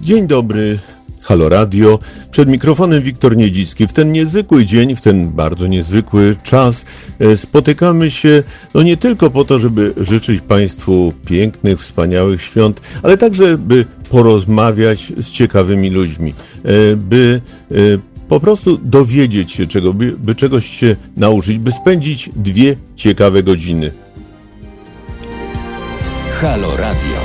Dzień dobry, Halo Radio. Przed mikrofonem Wiktor Niedzicki. W ten niezwykły dzień, w ten bardzo niezwykły czas spotykamy się nie tylko po to, żeby życzyć Państwu pięknych, wspaniałych świąt, ale także by porozmawiać z ciekawymi ludźmi, by po prostu dowiedzieć się by czegoś się nauczyć, by spędzić 2 ciekawe godziny. Halo Radio.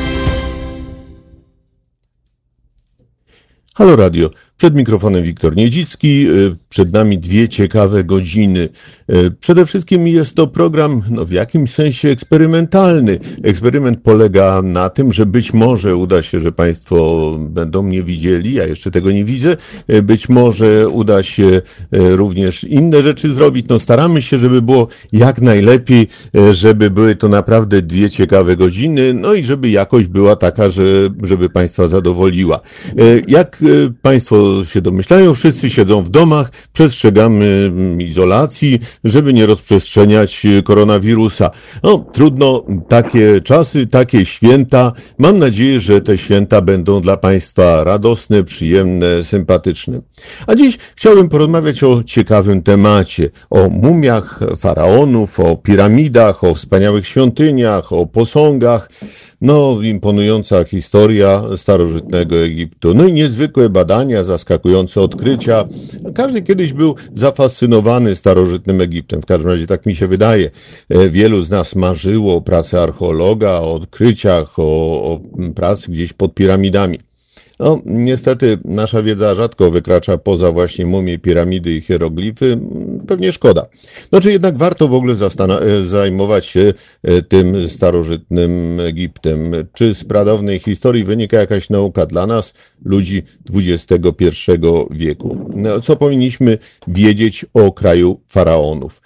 Halo Radio. Przed mikrofonem Wiktor Niedzicki. Przed nami 2 ciekawe godziny. Przede wszystkim jest to program w jakimś sensie eksperymentalny. Eksperyment polega na tym, że być może uda się, że Państwo będą mnie widzieli, ja jeszcze tego nie widzę. Być może uda się również inne rzeczy zrobić. Staramy się, żeby było jak najlepiej, żeby były to naprawdę 2 ciekawe godziny, i żeby jakość była taka, żeby Państwa zadowoliła. Jak Państwo się domyślają, wszyscy siedzą w domach, przestrzegamy izolacji, żeby nie rozprzestrzeniać koronawirusa. Trudno, takie czasy, takie święta. Mam nadzieję, że te święta będą dla Państwa radosne, przyjemne, sympatyczne. A dziś chciałbym porozmawiać o ciekawym temacie, o mumiach faraonów, o piramidach, o wspaniałych świątyniach, o posągach. Imponująca historia starożytnego Egiptu. I niezwykłe badania, zaskakujące odkrycia. Każdy kiedyś był zafascynowany starożytnym Egiptem. W każdym razie tak mi się wydaje. Wielu z nas marzyło o pracy archeologa, o odkryciach, o pracy gdzieś pod piramidami. Niestety nasza wiedza rzadko wykracza poza właśnie mumie, piramidy i hieroglify. Pewnie szkoda. Czy jednak warto w ogóle zajmować się tym starożytnym Egiptem? Czy z pradawnej historii wynika jakaś nauka dla nas, ludzi XXI wieku? Co powinniśmy wiedzieć o kraju faraonów?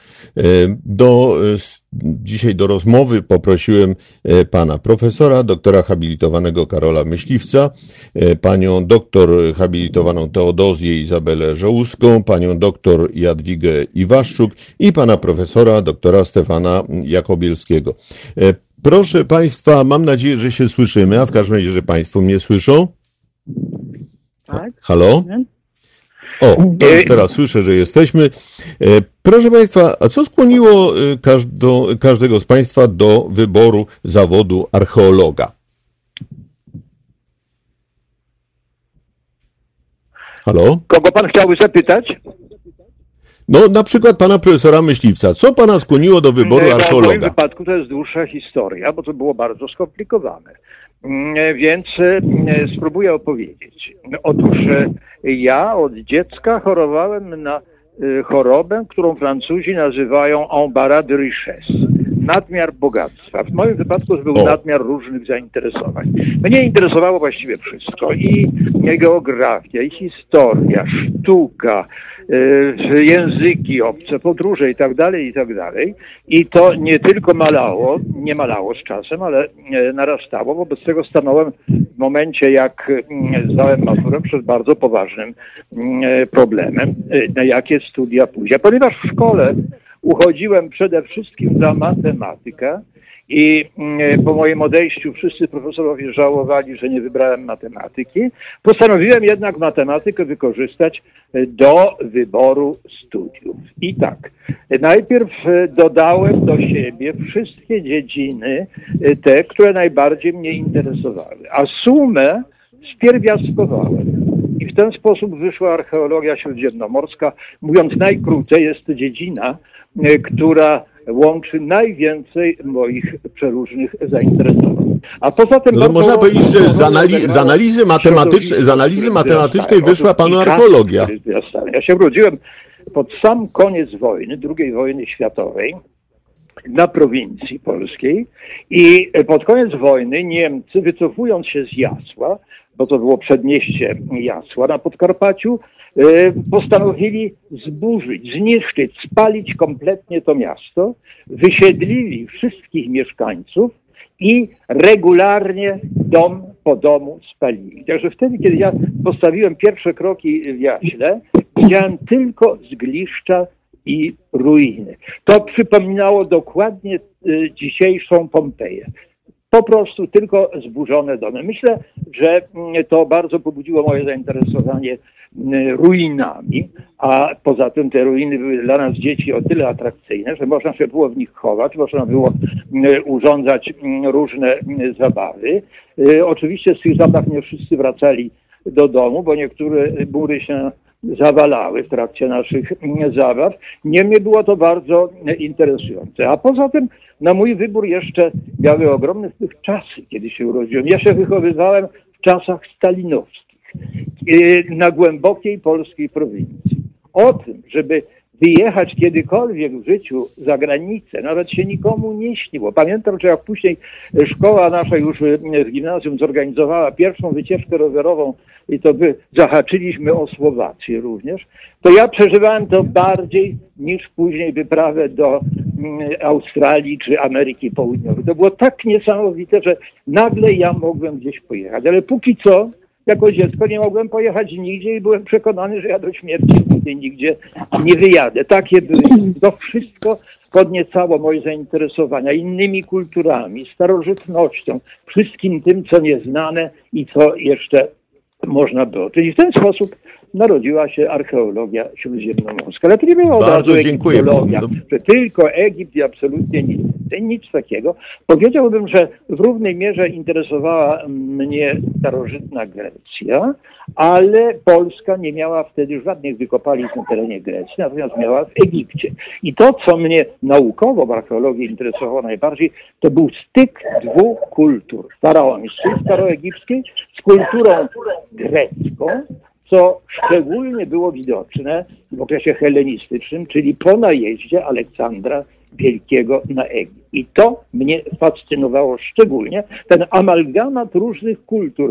Dzisiaj do rozmowy poprosiłem pana profesora, doktora habilitowanego Karola Myśliwca, panią doktor habilitowaną Teodozję Izabelę Żołuską, panią doktor Jadwigę Iwaszczuk i pana profesora doktora Stefana Jakobielskiego. Proszę Państwa, mam nadzieję, że się słyszymy, a w każdym razie, że Państwo mnie słyszą. Tak. Halo? To już teraz słyszę, że jesteśmy. Proszę Państwa, a co skłoniło każdego z Państwa do wyboru zawodu archeologa? Halo? Kogo pan chciałby zapytać? Na przykład pana profesora Myśliwca. Co pana skłoniło do wyboru archeologa? W moim wypadku to jest dłuższa historia, bo to było bardzo skomplikowane. Więc spróbuję opowiedzieć. Otóż ja od dziecka chorowałem na chorobę, którą Francuzi nazywają embarras de richesse. Nadmiar bogactwa. W moim wypadku to był nadmiar różnych zainteresowań. Mnie interesowało właściwie wszystko. I geografia, i historia, sztuka, języki obce, podróże i tak dalej, i tak dalej. I to nie tylko nie malało z czasem, ale narastało. Wobec tego stanąłem w momencie, jak zdałem maturę, przed bardzo poważnym problemem, na jakie studia pójść. A ponieważ w szkole uchodziłem przede wszystkim za matematykę i po moim odejściu wszyscy profesorowie żałowali, że nie wybrałem matematyki, postanowiłem jednak matematykę wykorzystać do wyboru studiów. I tak, najpierw dodałem do siebie wszystkie dziedziny, te, które najbardziej mnie interesowały, a sumę spierwiastkowałem. I w ten sposób wyszła archeologia śródziemnomorska. Mówiąc najkrócej, jest to dziedzina, która łączy najwięcej moich przeróżnych zainteresowań. A poza tym... można powiedzieć, że z analizy matematycznej wyszła panu archeologia. Ja się urodziłem pod sam koniec wojny, II wojny światowej, na prowincji polskiej i pod koniec wojny Niemcy, wycofując się z Jasła, bo to było przedmieście Jasła na Podkarpaciu, postanowili zburzyć, zniszczyć, spalić kompletnie to miasto, wysiedlili wszystkich mieszkańców i regularnie dom po domu spalili. Także wtedy, kiedy ja postawiłem pierwsze kroki w Jaśle, widziałem tylko zgliszcza i ruiny. To przypominało dokładnie dzisiejszą Pompeję. po prostu tylko zburzone domy. Myślę, że to bardzo pobudziło moje zainteresowanie ruinami, a poza tym te ruiny były dla nas dzieci o tyle atrakcyjne, że można się było w nich chować, można było urządzać różne zabawy. Oczywiście z tych zabaw nie wszyscy wracali do domu, bo niektóre mury się zawalały w trakcie naszych zabaw. Niemniej było to bardzo interesujące. A poza tym na mój wybór jeszcze miały ogromny wpływ czasy, kiedy się urodziłem. Ja się wychowywałem w czasach stalinowskich, na głębokiej polskiej prowincji. O tym, żeby wyjechać kiedykolwiek w życiu za granicę, nawet się nikomu nie śniło. Pamiętam, że jak później szkoła nasza już w gimnazjum zorganizowała pierwszą wycieczkę rowerową i to zahaczyliśmy o Słowację również, to ja przeżywałem to bardziej niż później wyprawę do Australii czy Ameryki Południowej. To było tak niesamowite, że nagle ja mogłem gdzieś pojechać, ale póki co jako dziecko nie mogłem pojechać nigdzie i byłem przekonany, że ja do śmierci nigdzie nie wyjadę. Takie były. To wszystko podniecało moje zainteresowania innymi kulturami, starożytnością, wszystkim tym, co nieznane i co jeszcze można było. Czyli w ten sposób narodziła się archeologia śródziemnomorska. Ale to nie było od razu egiptologia, że tylko Egipt i absolutnie nic takiego. Powiedziałbym, że w równej mierze interesowała mnie starożytna Grecja, ale Polska nie miała wtedy żadnych wykopalisk na terenie Grecji, natomiast miała w Egipcie. I to, co mnie naukowo w archeologii interesowało najbardziej, to był styk dwóch kultur. Faraońskiej, staroegipskiej, z kulturą grecką, co szczególnie było widoczne w okresie helenistycznym, czyli po najeździe Aleksandra Wielkiego na Egipt. I to mnie fascynowało szczególnie, ten amalgamat różnych kultur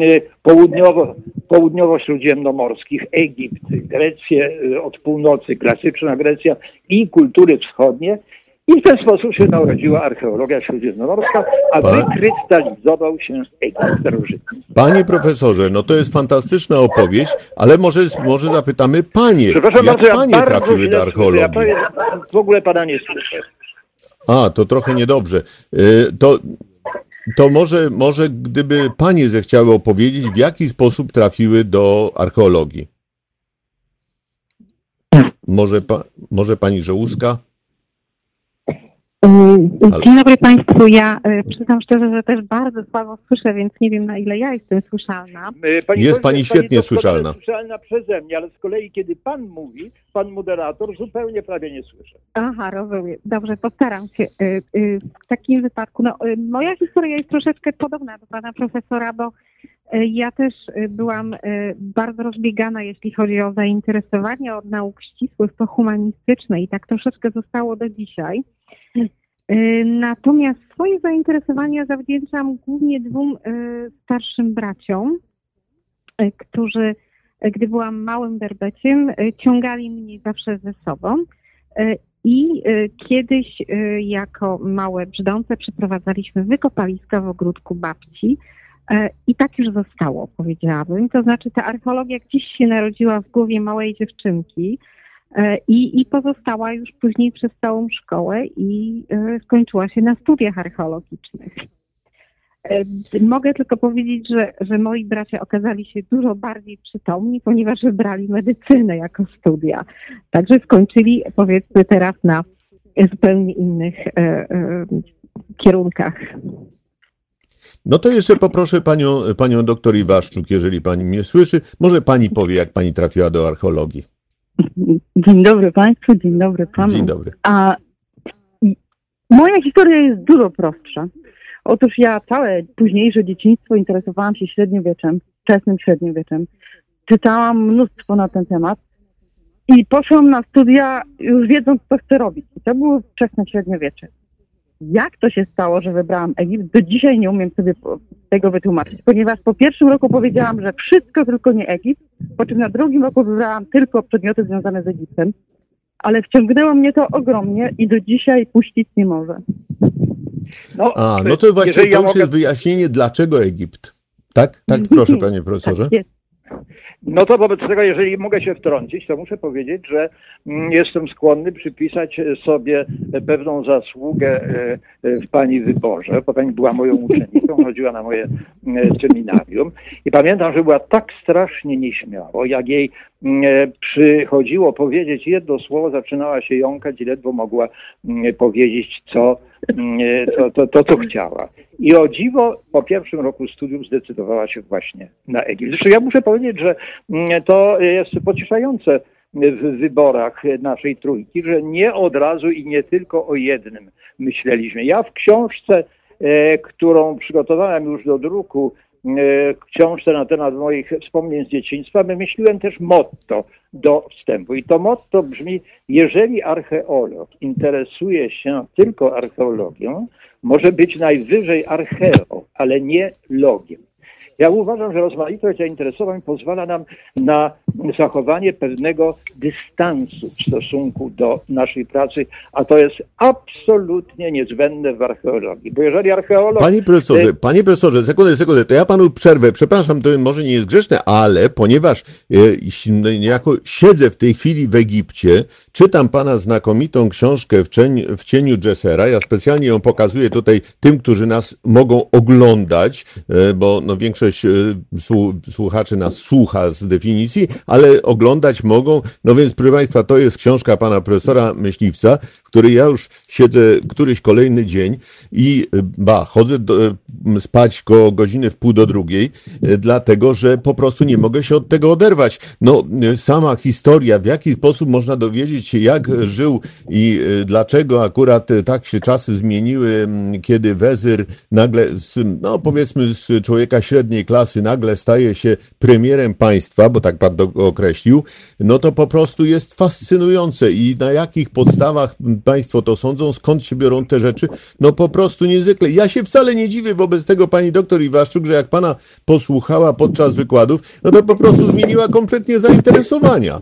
południowo-śródziemnomorskich, Egipt, Grecję od północy, klasyczna Grecja i kultury wschodnie. I w ten sposób się narodziła archeologia śródziemnomorska, a wykrystalizował się Egipt starożytny. Panie profesorze, no to jest fantastyczna opowieść, ale może zapytamy panie, przepraszam jak bardzo, panie trafiły do archeologii? Ja w ogóle pana nie słyszę. A, to trochę niedobrze. To może gdyby panie zechciały opowiedzieć, w jaki sposób trafiły do archeologii? Może pani Żołówska? Dzień dobry Państwu. Ja przyznam szczerze, że też bardzo słabo słyszę, więc nie wiem, na ile ja jestem słyszalna. Jest pani świetnie słyszalna. Słyszalna przeze mnie, ale z kolei kiedy pan mówi, pan moderator, zupełnie prawie nie słyszę. Aha, rozumiem. Dobrze, postaram się. W takim wypadku, moja historia jest troszeczkę podobna do pana profesora, bo ja też byłam bardzo rozbiegana, jeśli chodzi o zainteresowanie od nauk ścisłych po humanistyczne i tak troszeczkę zostało do dzisiaj. Natomiast swoje zainteresowania zawdzięczam głównie dwóm starszym braciom, którzy, gdy byłam małym berbeciem, ciągali mnie zawsze ze sobą. I kiedyś jako małe brzdące przeprowadzaliśmy wykopaliska w ogródku babci. I tak już zostało, powiedziałabym. To znaczy ta archeologia gdzieś się narodziła w głowie małej dziewczynki i pozostała już później przez całą szkołę i skończyła się na studiach archeologicznych. Mogę tylko powiedzieć, że moi bracia okazali się dużo bardziej przytomni, ponieważ wybrali medycynę jako studia. Także skończyli, powiedzmy, teraz na zupełnie innych kierunkach. No to jeszcze poproszę panią doktor Iwaszczuk, jeżeli pani mnie słyszy. Może pani powie, jak pani trafiła do archeologii. Dzień dobry Państwu, dzień dobry Panu. Dzień dobry. A moja historia jest dużo prostsza. Otóż ja całe późniejsze dzieciństwo interesowałam się średniowieczem, wczesnym średniowieczem. Czytałam mnóstwo na ten temat i poszłam na studia już wiedząc, co chcę robić. I to było wczesne średniowiecze. Jak to się stało, że wybrałam Egipt? Do dzisiaj nie umiem sobie tego wytłumaczyć, ponieważ po pierwszym roku powiedziałam, że wszystko tylko nie Egipt, po czym na drugim roku wybrałam tylko przedmioty związane z Egiptem, ale wciągnęło mnie to ogromnie i do dzisiaj puścić nie może. No to właśnie to już jest wyjaśnienie, dlaczego Egipt. Tak, proszę panie profesorze. Tak jest. No to wobec tego, jeżeli mogę się wtrącić, to muszę powiedzieć, że jestem skłonny przypisać sobie pewną zasługę w pani wyborze, bo pani była moją uczennicą, chodziła na moje seminarium i pamiętam, że była tak strasznie nieśmiało, jak jej przychodziło powiedzieć jedno słowo, zaczynała się jąkać i ledwo mogła powiedzieć, co chciała. I o dziwo po pierwszym roku studiów zdecydowała się właśnie na Egipt. Zresztą ja muszę powiedzieć, że to jest pocieszające w wyborach naszej trójki, że nie od razu i nie tylko o jednym myśleliśmy. Ja w książce, którą przygotowałem już do druku, książce na temat moich wspomnień z dzieciństwa, wymyśliłem też motto do wstępu. I to motto brzmi: jeżeli archeolog interesuje się tylko archeologią, może być najwyżej archeo, ale nie logiem. Ja uważam, że rozmaitość zainteresowań pozwala nam na zachowanie pewnego dystansu w stosunku do naszej pracy, a to jest absolutnie niezbędne w archeologii. Bo jeżeli archeolog... Panie profesorze, sekundę, to ja panu przerwę. Przepraszam, to może nie jest grzeczne, ale ponieważ niejako siedzę w tej chwili w Egipcie, czytam pana znakomitą książkę w cieniu Dżesera. Ja specjalnie ją pokazuję tutaj tym, którzy nas mogą oglądać, bo no większość słuchaczy nas słucha z definicji, ale oglądać mogą. No więc, proszę państwa, to jest książka pana profesora Myśliwca, w której ja już siedzę któryś kolejny dzień i chodzę spać koło godziny 1:30, dlatego, że po prostu nie mogę się od tego oderwać. No, sama historia, w jaki sposób można dowiedzieć się, jak żył i dlaczego akurat tak się czasy zmieniły, kiedy wezyr nagle, powiedzmy z człowieka średniej klasy, nagle staje się premierem państwa, bo tak pan to określił, no to po prostu jest fascynujące i na jakich podstawach państwo to sądzą, skąd się biorą te rzeczy, no po prostu niezwykle. Ja się wcale nie dziwię wobec tego, pani doktor Iwaszczuk, że jak pana posłuchała podczas wykładów, no to po prostu zmieniła kompletnie zainteresowania.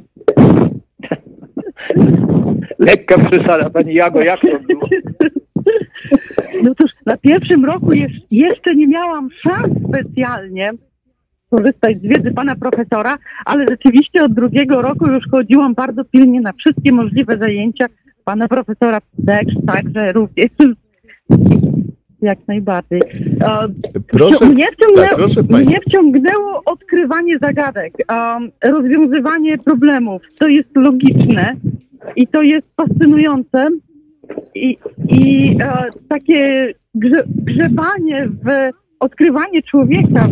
Lekka przesada, pani Jago, jak to było? No toż na pierwszym roku jeszcze nie miałam szans specjalnie korzystać z wiedzy pana profesora, ale rzeczywiście od drugiego roku już chodziłam bardzo pilnie na wszystkie możliwe zajęcia pana profesora Deksz, także również jak najbardziej. Mnie wciągnęło odkrywanie zagadek, rozwiązywanie problemów. To jest logiczne i to jest fascynujące i takie grzebanie odkrywanie człowieka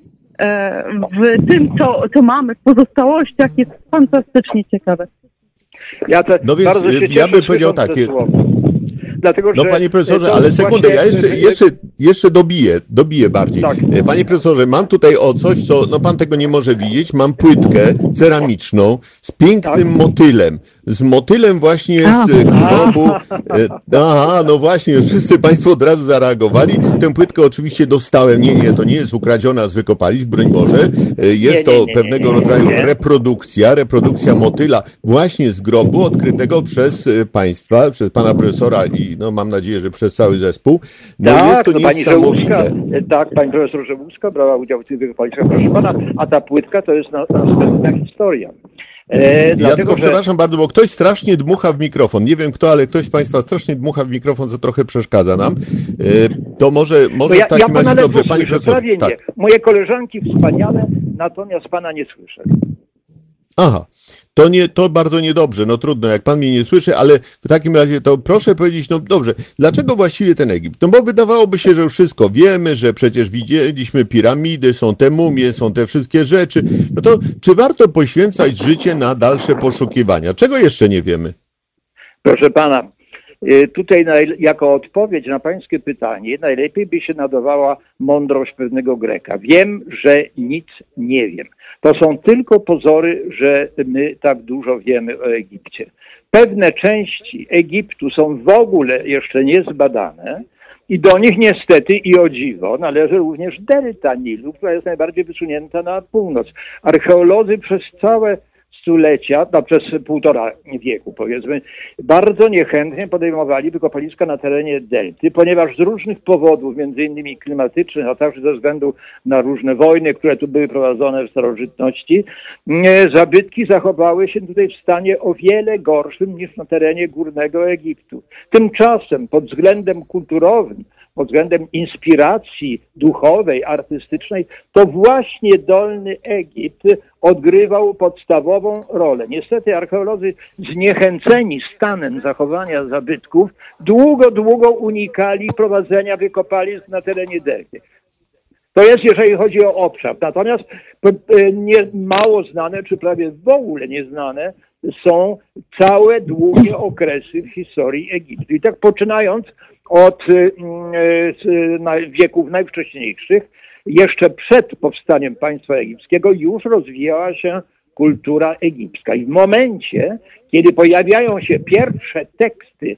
w tym, co mamy w pozostałościach, jest fantastycznie ciekawe. Ja bym powiedział takie... Dlatego, no panie profesorze, ale sekundę, ja jeszcze dobiję bardziej. Tak. Panie profesorze, mam tutaj coś, co, no pan tego nie może widzieć, mam płytkę ceramiczną z pięknym motylem. Z motylem właśnie z globu. No właśnie, wszyscy państwo od razu zareagowali. Tę płytkę oczywiście dostałem. Nie, to nie jest ukradziona z wykopalisk, broń Boże. Jest to pewnego rodzaju reprodukcja motyla właśnie z grobu odkrytego przez państwa, przez pana profesora i no mam nadzieję, że przez cały zespół. No tak, jest to niesamowite. Pani profesor Żełuska brała udział w tych wykopaliskach, proszę pana, a ta płytka to jest następna historia. Ja tylko przepraszam bardzo, bo ktoś strasznie dmucha w mikrofon. Nie wiem kto, ale ktoś z państwa strasznie dmucha w mikrofon, co trochę przeszkadza nam. To może w takim razie dobrze. Pani profesor. Tak. Moje koleżanki wspaniale, natomiast pana nie słyszę. Aha. To bardzo niedobrze, no trudno, jak pan mnie nie słyszy, ale w takim razie to proszę powiedzieć, no dobrze, dlaczego właściwie ten Egipt? No bo wydawałoby się, że już wszystko wiemy, że przecież widzieliśmy piramidy, są te mumie, są te wszystkie rzeczy. No to czy warto poświęcać życie na dalsze poszukiwania? Czego jeszcze nie wiemy? Proszę pana, tutaj jako odpowiedź na pańskie pytanie najlepiej by się nadawała mądrość pewnego Greka. Wiem, że nic nie wiem. To są tylko pozory, że my tak dużo wiemy o Egipcie. Pewne części Egiptu są w ogóle jeszcze niezbadane i do nich niestety i o dziwo należy również delta Nilu, która jest najbardziej wysunięta na północ. Archeolodzy przez całe stulecia, przez 1,5 wieku powiedzmy, bardzo niechętnie podejmowali wykopaliska na terenie delty, ponieważ z różnych powodów, między innymi klimatycznych, a także ze względu na różne wojny, które tu były prowadzone w starożytności, zabytki zachowały się tutaj w stanie o wiele gorszym niż na terenie Górnego Egiptu. Tymczasem pod względem kulturowym, pod względem inspiracji duchowej, artystycznej, to właśnie Dolny Egipt odgrywał podstawową rolę. Niestety archeolodzy zniechęceni stanem zachowania zabytków długo unikali prowadzenia wykopalisk na terenie delty. To jest, jeżeli chodzi o obszar. Natomiast mało znane, czy prawie w ogóle nieznane są całe długie okresy w historii Egiptu. I tak poczynając od wieków najwcześniejszych, jeszcze przed powstaniem państwa egipskiego już rozwijała się kultura egipska. I w momencie, kiedy pojawiają się pierwsze teksty,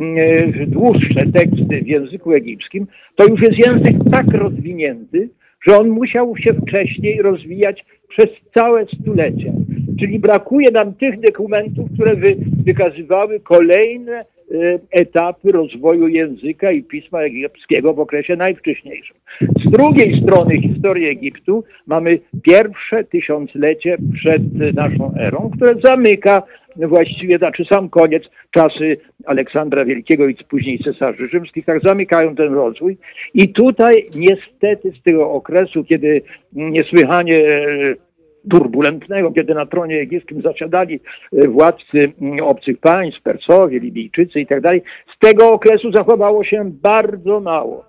dłuższe teksty w języku egipskim, to już jest język tak rozwinięty, że on musiał się wcześniej rozwijać przez całe stulecia. Czyli brakuje nam tych dokumentów, które wykazywały kolejne etapy rozwoju języka i pisma egipskiego w okresie najwcześniejszym. Z drugiej strony historii Egiptu mamy pierwsze tysiąclecie przed naszą erą, które zamyka właściwie, sam koniec, czasy Aleksandra Wielkiego i później cesarzy rzymskich, tak zamykają ten rozwój. I tutaj niestety z tego okresu, kiedy niesłychanie turbulentnego, kiedy na tronie egipskim zasiadali władcy obcych państw, Persowie, Libijczycy i tak dalej, z tego okresu zachowało się bardzo mało.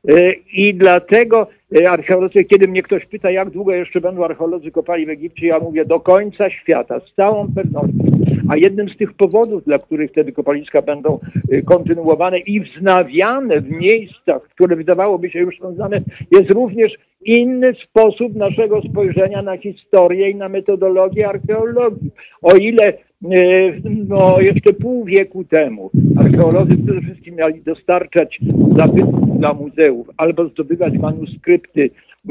I dlatego archeolodzy, kiedy mnie ktoś pyta, jak długo jeszcze będą archeolodzy kopali w Egipcie, ja mówię do końca świata, z całą pewnością. A jednym z tych powodów, dla których te wykopaliska będą kontynuowane i wznawiane w miejscach, które wydawałoby się już są znane, jest również inny sposób naszego spojrzenia na historię i na metodologię archeologii. O ile jeszcze pół wieku temu archeolodzy przede wszystkim mieli dostarczać zabytków dla muzeów albo zdobywać manuskrypty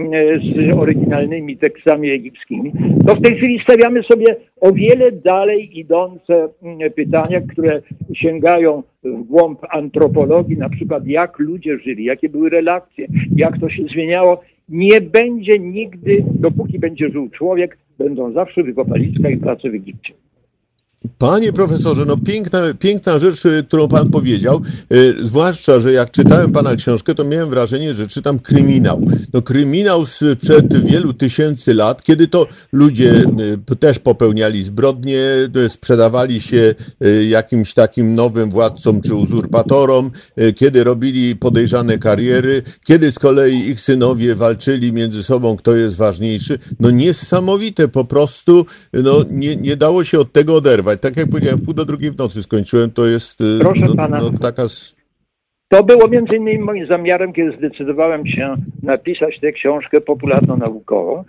z oryginalnymi tekstami egipskimi, to w tej chwili stawiamy sobie o wiele dalej idące pytania, które sięgają w głąb antropologii, na przykład jak ludzie żyli, jakie były relacje, jak to się zmieniało. Nie będzie nigdy, dopóki będzie żył człowiek, będą zawsze wykopaliska i prace w Egipcie. Panie profesorze, piękna rzecz, którą pan powiedział, zwłaszcza, że jak czytałem pana książkę, to miałem wrażenie, że czytam kryminał. Kryminał sprzed wielu tysięcy lat, kiedy to ludzie też popełniali zbrodnie, sprzedawali się jakimś takim nowym władcom czy uzurpatorom, kiedy robili podejrzane kariery, kiedy z kolei ich synowie walczyli między sobą, kto jest ważniejszy. Niesamowite po prostu, nie dało się od tego oderwać. Tak jak powiedziałem, 1:30 w nocy skończyłem, to jest Proszę pana, taka... To było między innymi moim zamiarem, kiedy zdecydowałem się napisać tę książkę popularno-naukową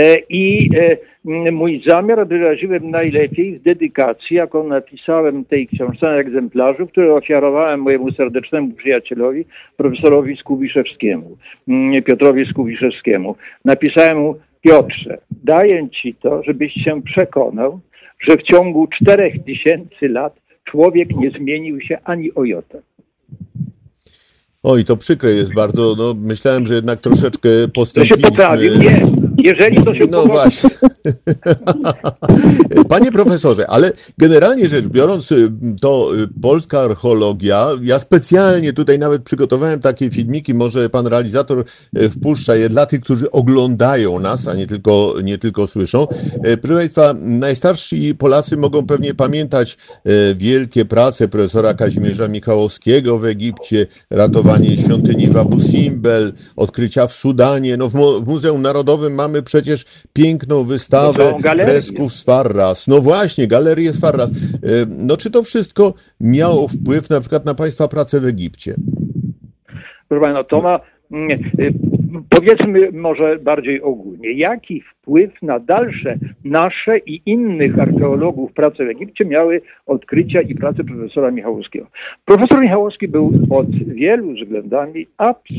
i mój zamiar wyraziłem najlepiej w dedykacji, jaką napisałem tej książce na egzemplarzu, który ofiarowałem mojemu serdecznemu przyjacielowi, profesorowi Skubiszewskiemu, Piotrowi Skubiszewskiemu. Napisałem mu: Piotrze, daję ci to, żebyś się przekonał, że w ciągu 4000 lat człowiek nie zmienił się ani o jotę. Oj, to przykre jest bardzo. Myślałem, że jednak troszeczkę postąpiliśmy. To się poprawił, nie. Jeżeli to się poprawi... właśnie. Panie profesorze, ale generalnie rzecz biorąc, to polska archeologia, ja specjalnie tutaj nawet przygotowałem takie filmiki, może pan realizator wpuszcza je dla tych, którzy oglądają nas, a nie tylko słyszą. Proszę państwa, najstarsi Polacy mogą pewnie pamiętać wielkie prace profesora Kazimierza Michałowskiego w Egipcie, ratowanie świątyni w Abu Simbel, odkrycia w Sudanie. W Muzeum Narodowym mamy przecież piękną wystawę fresków z Farras. Właśnie, galerię z Farras. Czy to wszystko miało wpływ na przykład na państwa pracę w Egipcie? Proszę pana, to ma, powiedzmy może bardziej ogólnie, jaki wpływ na dalsze nasze i innych archeologów prace w Egipcie miały odkrycia i prace profesora Michałowskiego. Profesor Michałowski był pod wielu względami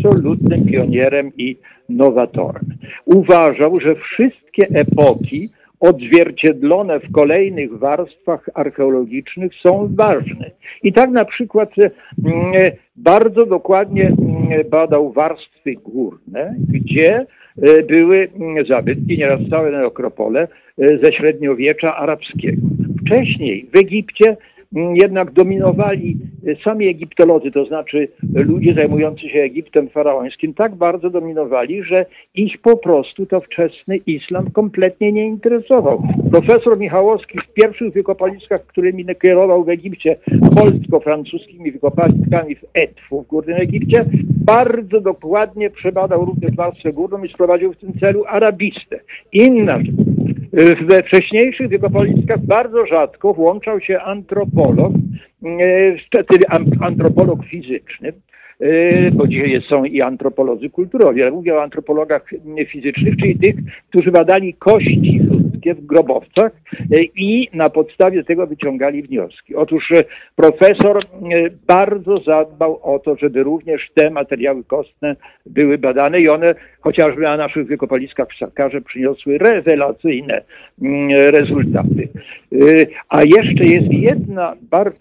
absolutnym pionierem i nowatorem. Uważał, że wszystkie epoki odzwierciedlone w kolejnych warstwach archeologicznych są ważne. I tak na przykład bardzo dokładnie badał warstwy górne, gdzie były zabytki, nieraz całe nekropole ze średniowiecza arabskiego. Wcześniej w Egipcie jednak dominowali sami egiptolodzy, to znaczy ludzie zajmujący się Egiptem faraońskim, tak bardzo dominowali, że ich po prostu to wczesny islam kompletnie nie interesował. Profesor Michałowski w pierwszych wykopaliskach, którymi kierował w Egipcie polsko-francuskimi wykopaliskami w Edfu, w Górnym Egipcie, bardzo dokładnie przebadał również warstwę górną i sprowadził w tym celu arabistę. Inna rzecz. We wcześniejszych wykopaliskach bardzo rzadko włączał się antropolog fizyczny, bo dzisiaj są i antropolodzy kulturowi, ale mówię o antropologach fizycznych, czyli tych, którzy badali kości ludzkie w grobowcach i na podstawie tego wyciągali wnioski. Otóż profesor bardzo zadbał o to, żeby również te materiały kostne były badane i one chociażby na naszych wykopaliskach w Sakarze przyniosły rewelacyjne rezultaty. A jeszcze jest jedna,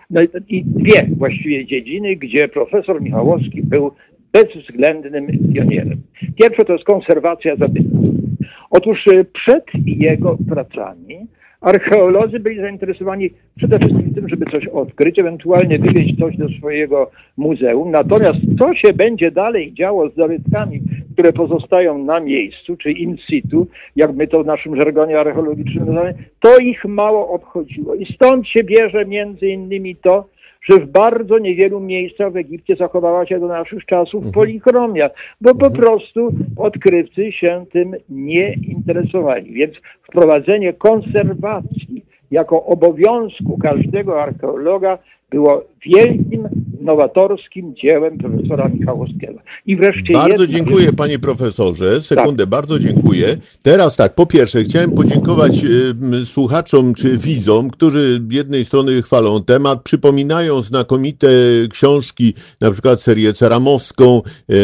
i dwie właściwie dziedziny, gdzie profesor Michałowski był bezwzględnym pionierem. Pierwsze to jest konserwacja zabytków. Otóż przed jego pracami archeolodzy byli zainteresowani przede wszystkim tym, żeby coś odkryć, ewentualnie wywieźć coś do swojego muzeum. Natomiast co się będzie dalej działo z zabytkami, które pozostają na miejscu, czy in situ, jak my to w naszym żargonie archeologicznym nazywamy, to ich mało obchodziło. I stąd się bierze między innymi to, że w bardzo niewielu miejscach w Egipcie zachowała się do naszych czasów polichromia, bo po prostu odkrywcy się tym nie interesowali. Więc wprowadzenie konserwacji jako obowiązku każdego archeologa było wielkim, nowatorskim dziełem profesora Michałowskiego. I wreszcie bardzo dziękuję, panie profesorze. Sekundę, tak. Bardzo dziękuję. Teraz tak, po pierwsze chciałem podziękować słuchaczom czy widzom, którzy z jednej strony chwalą temat, przypominają znakomite książki, na przykład serię ceramowską,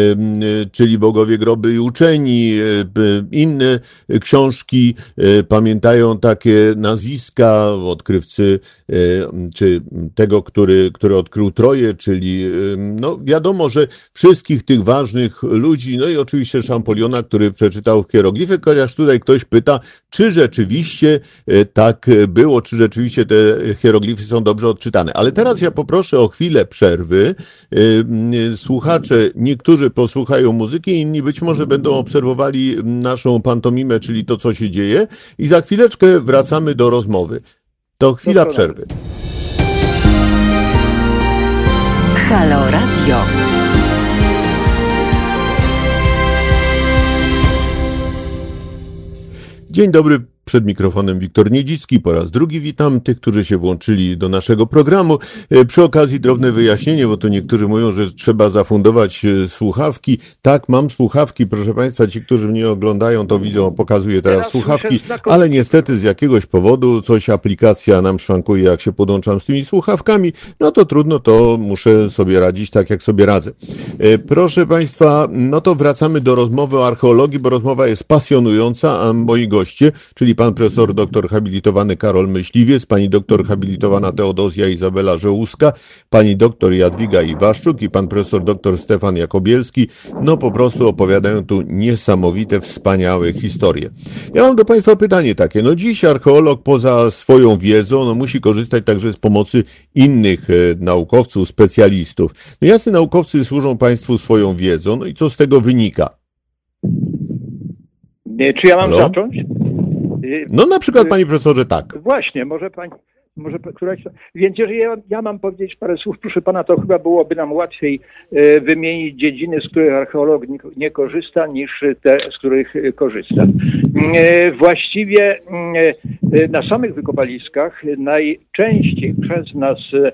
czyli Bogowie, groby i uczeni, inne książki, pamiętają takie nazwiska odkrywcy, czy tego, który odkrył Troję, czyli no wiadomo, że wszystkich tych ważnych ludzi, no i oczywiście Szampoliona, który przeczytał hieroglify, chociaż tutaj ktoś pyta, czy rzeczywiście tak było, czy rzeczywiście te hieroglify są dobrze odczytane. Ale teraz ja poproszę o chwilę przerwy. Słuchacze, niektórzy posłuchają muzyki, inni być może będą obserwowali naszą pantomimę, czyli to, co się dzieje, i za chwileczkę wracamy do rozmowy. To chwila przerwy. Halo Radio. Dzień dobry. Przed mikrofonem Wiktor Niedzicki. Po raz drugi witam tych, którzy się włączyli do naszego programu. Przy okazji drobne wyjaśnienie, bo to niektórzy mówią, że trzeba zafundować słuchawki. Tak, mam słuchawki, proszę Państwa. Ci, którzy mnie oglądają, to widzą, pokazuję teraz słuchawki, ale niestety z jakiegoś powodu coś aplikacja nam szwankuje, jak się podłączam z tymi słuchawkami. No to trudno, to muszę sobie radzić tak, jak sobie radzę. Proszę Państwa, no to wracamy do rozmowy o archeologii, bo rozmowa jest pasjonująca, a moi goście, czyli pan profesor doktor habilitowany Karol Myśliwiec, pani doktor habilitowana Teodozja Izabela Żołuska, pani doktor Jadwiga Iwaszczuk i pan profesor doktor Stefan Jakobielski, no po prostu opowiadają tu niesamowite, wspaniałe historie. Ja mam do Państwa pytanie takie, no dziś archeolog poza swoją wiedzą, no musi korzystać także z pomocy innych naukowców, specjalistów. No jacy naukowcy służą Państwu swoją wiedzą, no i co z tego wynika? Czy ja mam zacząć? No na przykład, panie profesorze, tak. Właśnie, może któraś... Więc jeżeli ja mam powiedzieć parę słów, proszę pana, to chyba byłoby nam łatwiej wymienić dziedziny, z których archeolog nie korzysta, niż te, z których korzysta. Właściwie na samych wykopaliskach najczęściej przez nas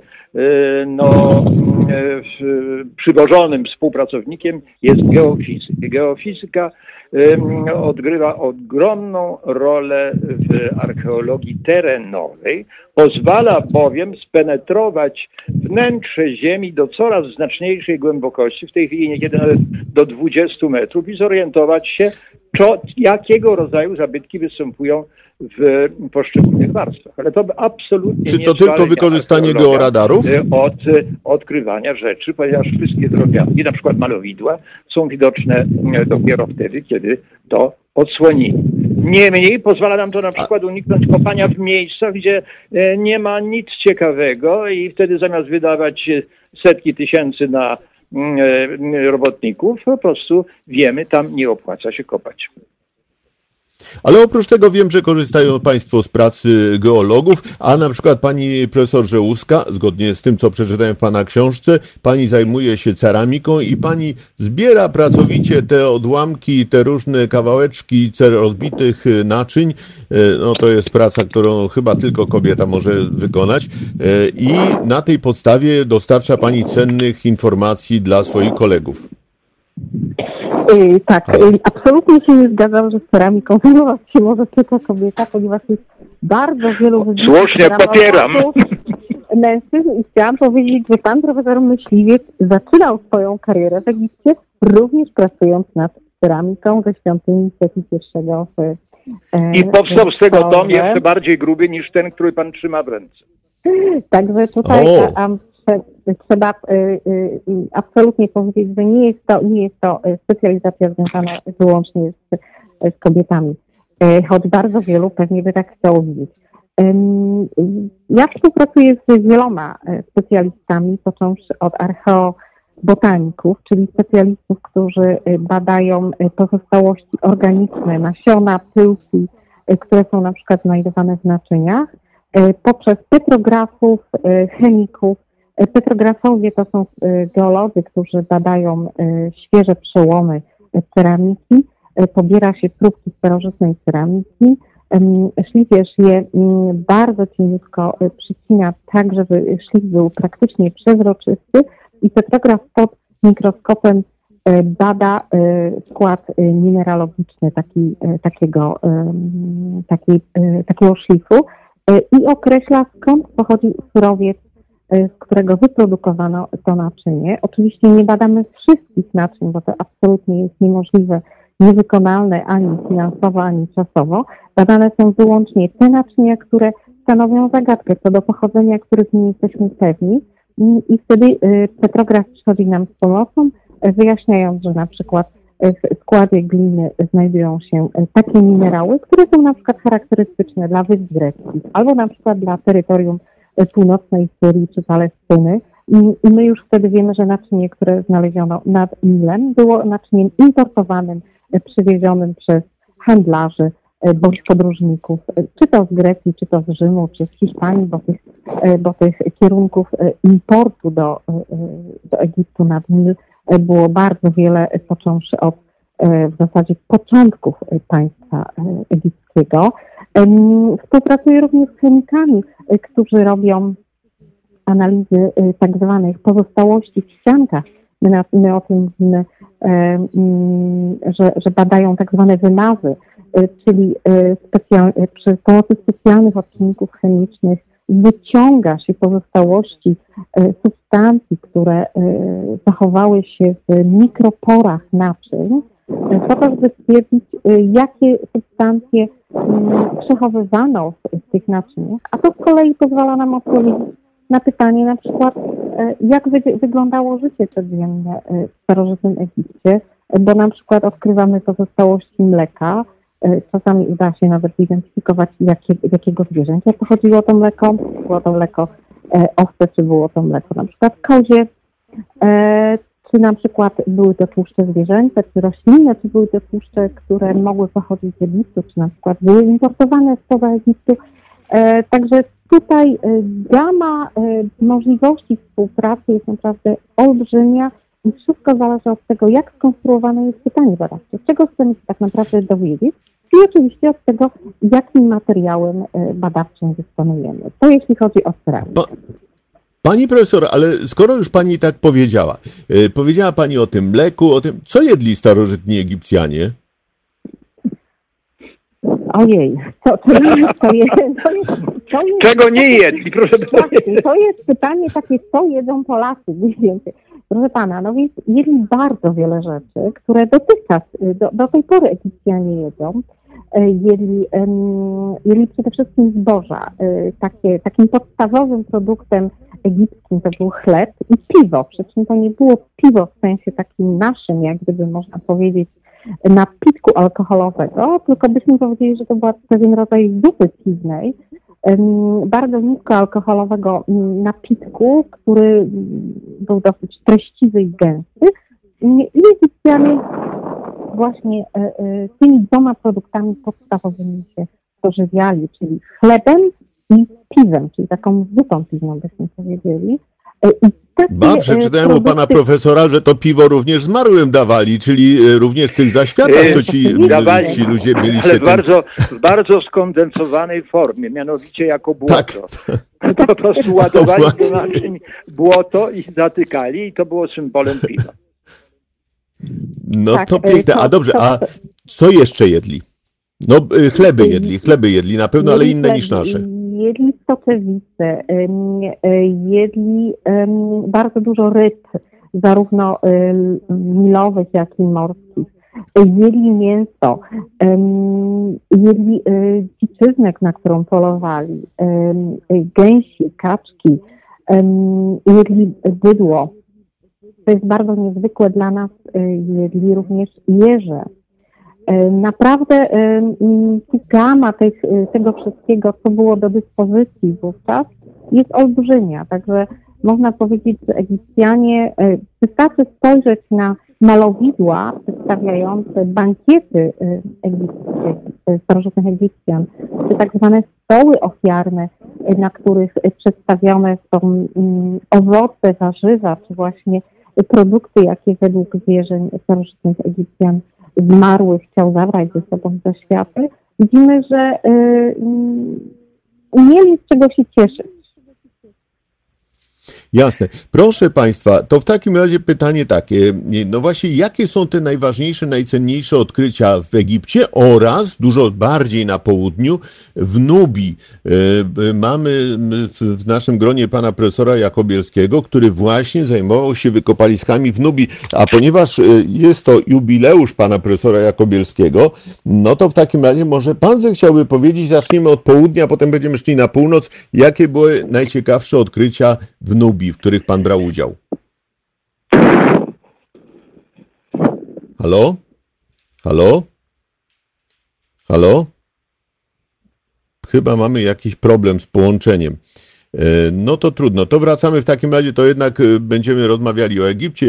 przywożonym współpracownikiem jest geofizyk. Geofizyka odgrywa ogromną rolę w archeologii terenowej, pozwala bowiem spenetrować wnętrze Ziemi do coraz znaczniejszej głębokości, w tej chwili niekiedy nawet do 20 metrów, i zorientować się, jakiego rodzaju zabytki występują w poszczególnych warstwach. Ale to absolutnie czy nie to jest tylko wykorzystanie georadarów? Od odkrywania rzeczy, ponieważ wszystkie drobiazgi, na przykład malowidła, są widoczne dopiero wtedy, kiedy to odsłonimy. Niemniej pozwala nam to na przykład uniknąć kopania w miejscach, gdzie nie ma nic ciekawego i wtedy zamiast wydawać setki tysięcy na robotników, po prostu wiemy, tam nie opłaca się kopać. Ale oprócz tego wiem, że korzystają Państwo z pracy geologów, a na przykład pani profesor Żełuska, zgodnie z tym, co przeczytałem w Pana książce, pani zajmuje się ceramiką i pani zbiera pracowicie te odłamki, te różne kawałeczki rozbitych naczyń. No to jest praca, którą chyba tylko kobieta może wykonać i na tej podstawie dostarcza pani cennych informacji dla swoich kolegów. Tak, absolutnie się nie zgadzam, że z ceramiką zajmować się może tylko kobieta, ponieważ jest bardzo wielu Słusznie, popieram. Mężczyzn i chciałam powiedzieć, że pan profesor Myśliwiec zaczynał swoją karierę w Egipcie, również pracując nad ceramiką ze świątyni Seti I I powstał z tego dom jeszcze bardziej gruby niż ten, który pan trzyma w ręce. Także tutaj trzeba absolutnie powiedzieć, że nie jest to specjalizacja związana wyłącznie z kobietami, choć bardzo wielu pewnie by tak chciało widzieć. Ja współpracuję z wieloma specjalistami, począwszy od archeobotaników, czyli specjalistów, którzy badają pozostałości organiczne, nasiona, pyłki, które są na przykład znajdowane w naczyniach, poprzez petrografów, chemików. Petrografowie to są geolodzy, którzy badają świeże przełomy ceramiki, pobiera się próbki starożytnej ceramiki, szlifierz je bardzo cieniutko przycina tak, żeby szlif był praktycznie przezroczysty i petrograf pod mikroskopem bada skład mineralogiczny takiego szlifu i określa, skąd pochodzi surowiec, z którego wyprodukowano to naczynie. Oczywiście nie badamy wszystkich naczyń, bo to absolutnie jest niemożliwe, niewykonalne ani finansowo, ani czasowo. Badane są wyłącznie te naczynia, które stanowią zagadkę co do pochodzenia, których nie jesteśmy pewni. I wtedy petrograf przychodzi nam z pomocą, wyjaśniając, że na przykład w składzie gliny znajdują się takie minerały, które są na przykład charakterystyczne dla wysp greckich, albo na przykład dla terytorium północnej Syrii czy Palestyny. I my już wtedy wiemy, że naczynie, które znaleziono nad Nilem, było naczyniem importowanym, przywiezionym przez handlarzy bądź podróżników, czy to z Grecji, czy to z Rzymu, czy z Hiszpanii, bo tych kierunków importu do Egiptu nad Nil było bardzo wiele, począwszy od w zasadzie początków państwa egipskiego. Współpracuję również z chemikami, którzy robią analizy tak zwanych pozostałości w ściankach. My o tym mówimy, że badają tak zwane wymazy, czyli przy pomocy specjalnych odczynników chemicznych wyciąga się pozostałości substancji, które zachowały się w mikroporach naczyń, po to, żeby stwierdzić, jakie substancje przechowywano w tych naczyniach, a to z kolei pozwala nam odpowiedzieć na pytanie na przykład, jak wyglądało życie codzienne w starożytnym Egipcie, bo na przykład odkrywamy pozostałości mleka, czasami uda się nawet zidentyfikować, jakiego zwierzęcia pochodziło to mleko, było to mleko owce, czy było to mleko na przykład kozie, czy na przykład były to tłuszcze zwierzęce, czy roślinne, czy były to tłuszcze, które mogły pochodzić z Egiptu, czy na przykład były importowane spoza Egiptu. Także tutaj gama możliwości współpracy jest naprawdę olbrzymia i wszystko zależy od tego, jak skonstruowane jest pytanie badawcze, czego chcemy się tak naprawdę dowiedzieć i oczywiście od tego, jakim materiałem badawczym dysponujemy. To jeśli chodzi o ceramikę. Pani profesor, ale skoro już pani tak powiedziała pani o tym mleku, o tym, co jedli starożytni Egipcjanie? Ojej, to jest czego nie jedli, proszę powiedzieć. To jest pytanie takie, co jedzą Polacy, mniej więcej. Proszę pana, no więc jedli bardzo wiele rzeczy, które dotychczas, do tej pory Egipcjanie jedzą. Jedli przede wszystkim zboża. Takim podstawowym produktem egipskim to był chleb i piwo. Przy czym to nie było piwo w sensie takim naszym, jak gdyby można powiedzieć, napitku alkoholowego, tylko byśmy powiedzieli, że to był pewien rodzaj zupy piwnej, bardzo niskoalkoholowego napitku, który był dosyć treściwy i gęsty. I Egipcjanie właśnie tymi dwoma produktami podstawowymi się pożywiali, czyli chlebem i piwem, czyli taką zupą piwną byśmy powiedzieli. Przeczytałem u pana profesora, że to piwo również zmarłym dawali, czyli również w tych zaświatach to ci ludzie byli się w bardzo skondensowanej formie, mianowicie jako błoto. Tak. Po prostu ładowali do naczyń błoto i zatykali i to było symbolem piwa. No tak, to piękne. A dobrze, a co jeszcze jedli? No chleby jedli na pewno, ale inne niż nasze. Jedli soczewice, jedli bardzo dużo ryb, zarówno milowych, jak i morskich. Jedli mięso, jedli dziczyznę, na którą polowali, gęsi, kaczki, jedli bydło. To jest bardzo niezwykłe dla nas, jedli również jeże. Naprawdę gama tego wszystkiego, co było do dyspozycji wówczas, jest olbrzymia. Także można powiedzieć, że Egipcjanie, wystarczy spojrzeć na malowidła przedstawiające bankiety starożytnych Egipcjan, czy tak zwane stoły ofiarne, na których przedstawione są owoce, warzywa, czy właśnie produkty, jakie według wierzeń starożytnych Egipcjan zmarłych chciał zabrać ze sobą ze świata, widzimy, że mieli z czego się cieszyć. Jasne. Proszę państwa, to w takim razie pytanie takie, no właśnie, jakie są te najważniejsze, najcenniejsze odkrycia w Egipcie oraz dużo bardziej na południu w Nubii? Mamy w naszym gronie pana profesora Jakobielskiego, który właśnie zajmował się wykopaliskami w Nubii, a ponieważ jest to jubileusz pana profesora Jakobielskiego, no to w takim razie może pan zechciałby powiedzieć, zaczniemy od południa, potem będziemy szli na północ, jakie były najciekawsze odkrycia w Nubii, w których pan brał udział? Halo? Halo? Halo? Chyba mamy jakiś problem z połączeniem. No to trudno. To wracamy w takim razie, to jednak będziemy rozmawiali o Egipcie,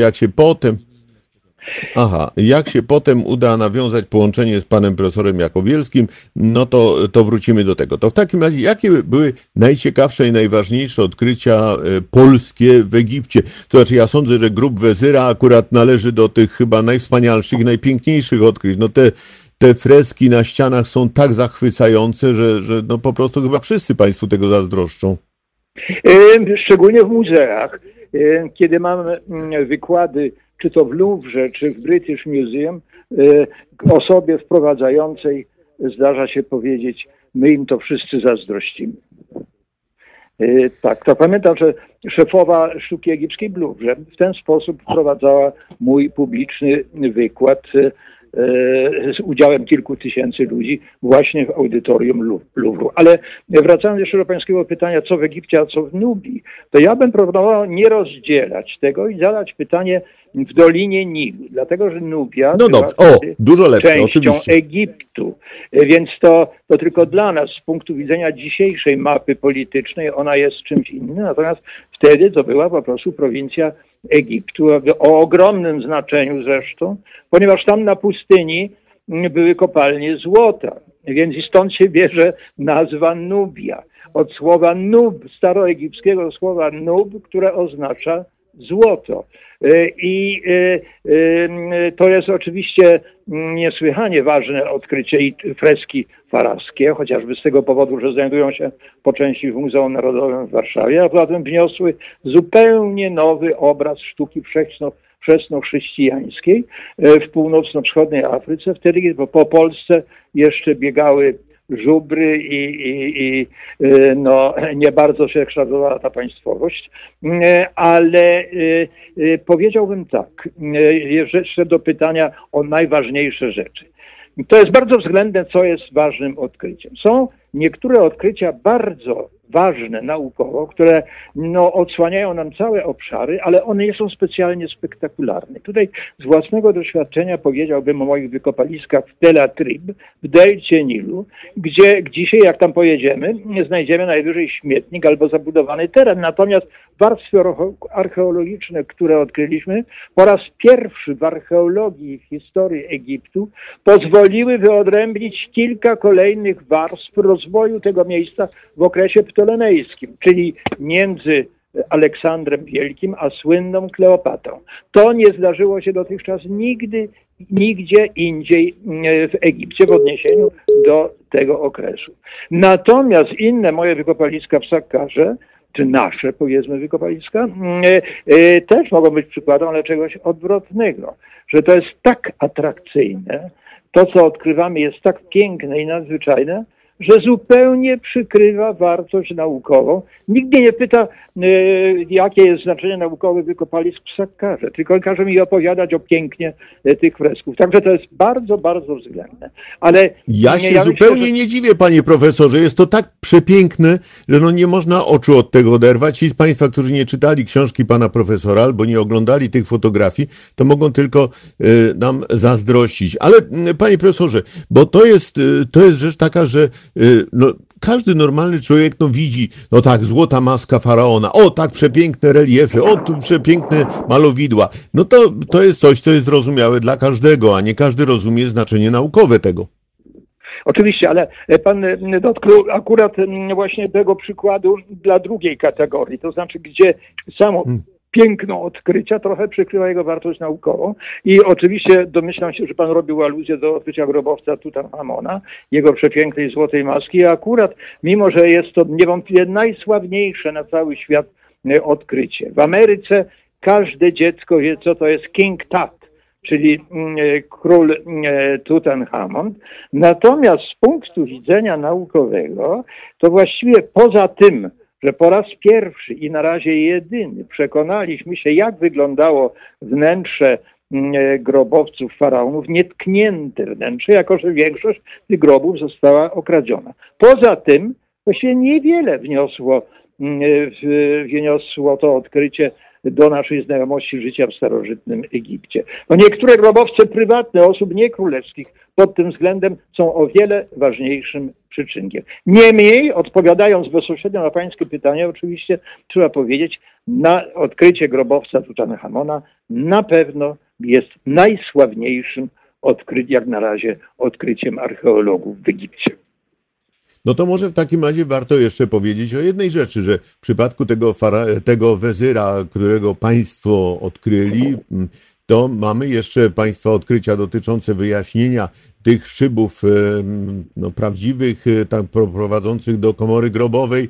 jak się potem uda nawiązać połączenie z panem profesorem Jakobielskim, no to wrócimy do tego. To w takim razie, jakie były najciekawsze i najważniejsze odkrycia polskie w Egipcie? To znaczy, ja sądzę, że grób Wezyra akurat należy do tych chyba najwspanialszych, najpiękniejszych odkryć. No te freski na ścianach są tak zachwycające, że no po prostu chyba wszyscy państwu tego zazdroszczą. Szczególnie w muzeach. Kiedy mamy wykłady, czy to w Louvre, czy w British Museum, osobie wprowadzającej zdarza się powiedzieć, my im to wszyscy zazdrościmy. Tak, to pamiętam, że szefowa sztuki egipskiej w Louvre w ten sposób wprowadzała mój publiczny wykład z udziałem kilku tysięcy ludzi właśnie w audytorium Louvru. Ale wracając jeszcze do pańskiego pytania, co w Egipcie, a co w Nubii, to ja bym proponował nie rozdzielać tego i zadać pytanie w Dolinie Nilu, dlatego że Nubia była dużo lepsze, częścią oczywiście. Egiptu, więc to tylko dla nas z punktu widzenia dzisiejszej mapy politycznej ona jest czymś innym, natomiast wtedy to była po prostu prowincja Egiptu, o ogromnym znaczeniu zresztą, ponieważ tam na pustyni były kopalnie złota, więc i stąd się bierze nazwa Nubia, od słowa nub, staroegipskiego słowa nub, które oznacza złoto. I to jest oczywiście niesłychanie ważne odkrycie i freski faraskie, chociażby z tego powodu, że znajdują się po części w Muzeum Narodowym w Warszawie, a poza tym wniosły zupełnie nowy obraz sztuki wczesnochrześcijańskiej w północno-wschodniej Afryce, wtedy kiedy po Polsce jeszcze biegały żubry i no, nie bardzo się kształtowała ta państwowość, ale powiedziałbym tak, jeszcze do pytania o najważniejsze rzeczy. To jest bardzo względne, co jest ważnym odkryciem. Są niektóre odkrycia bardzo ważne naukowo, które no, odsłaniają nam całe obszary, ale one nie są specjalnie spektakularne. Tutaj z własnego doświadczenia powiedziałbym o moich wykopaliskach w Tel Atrib, w delcie Nilu, gdzie dzisiaj, jak tam pojedziemy, znajdziemy najwyżej śmietnik albo zabudowany teren. Natomiast warstwy archeologiczne, które odkryliśmy, po raz pierwszy w archeologii w historii Egiptu pozwoliły wyodrębnić kilka kolejnych warstw rozwoju tego miejsca w okresie ptolemejskim, czyli między Aleksandrem Wielkim a słynną Kleopatrą. To nie zdarzyło się dotychczas nigdzie indziej w Egipcie w odniesieniu do tego okresu. Natomiast inne moje wykopaliska w Sakkarze, czy nasze, powiedzmy, wykopaliska, też mogą być przykładem, ale czegoś odwrotnego, że to jest tak atrakcyjne, to co odkrywamy jest tak piękne i nadzwyczajne, że zupełnie przykrywa wartość naukową. Nikt mnie nie pyta, jakie jest znaczenie naukowe wykopalisk w Sakkarze, tylko każe mi opowiadać o pięknie tych fresków. Także to jest bardzo, bardzo względne. Ale ja się zupełnie nie dziwię, panie profesorze. Jest to tak przepiękne, że no nie można oczu od tego oderwać. Ci z państwa, którzy nie czytali książki pana profesora albo nie oglądali tych fotografii, to mogą tylko nam zazdrościć. Ale panie profesorze, bo to jest rzecz taka, że no, każdy normalny człowiek no, widzi, no tak, złota maska faraona, o tak przepiękne reliefy, o tu przepiękne malowidła. No to jest coś, co jest zrozumiałe dla każdego, a nie każdy rozumie znaczenie naukowe tego. Oczywiście, ale pan dotknął akurat właśnie tego przykładu dla drugiej kategorii, to znaczy, gdzie samo piękno odkrycia trochę przykrywa jego wartość naukową i oczywiście domyślam się, że pan robił aluzję do odkrycia grobowca Tutanchamona, jego przepięknej złotej maski, a akurat, mimo że jest to niewątpliwie najsławniejsze na cały świat odkrycie. W Ameryce każde dziecko wie, co to jest King Tut, czyli król Tutanchamon. Natomiast z punktu widzenia naukowego, to właściwie poza tym, że po raz pierwszy i na razie jedyny przekonaliśmy się, jak wyglądało wnętrze grobowców faraonów, nietknięte wnętrze, jako że większość tych grobów została okradziona. Poza tym właściwie niewiele wniosło to odkrycie do naszej znajomości życia w starożytnym Egipcie. No niektóre grobowce prywatne osób niekrólewskich pod tym względem są o wiele ważniejszym przyczynkiem. Niemniej, odpowiadając bezpośrednio na pańskie pytanie, oczywiście trzeba powiedzieć, na odkrycie grobowca Tutanchamona na pewno jest najsławniejszym jak na razie odkryciem archeologów w Egipcie. No to może w takim razie warto jeszcze powiedzieć o jednej rzeczy, że w przypadku tego wezyra, którego państwo odkryli, to mamy jeszcze państwa odkrycia dotyczące wyjaśnienia tych szybów no, prawdziwych, tak, prowadzących do komory grobowej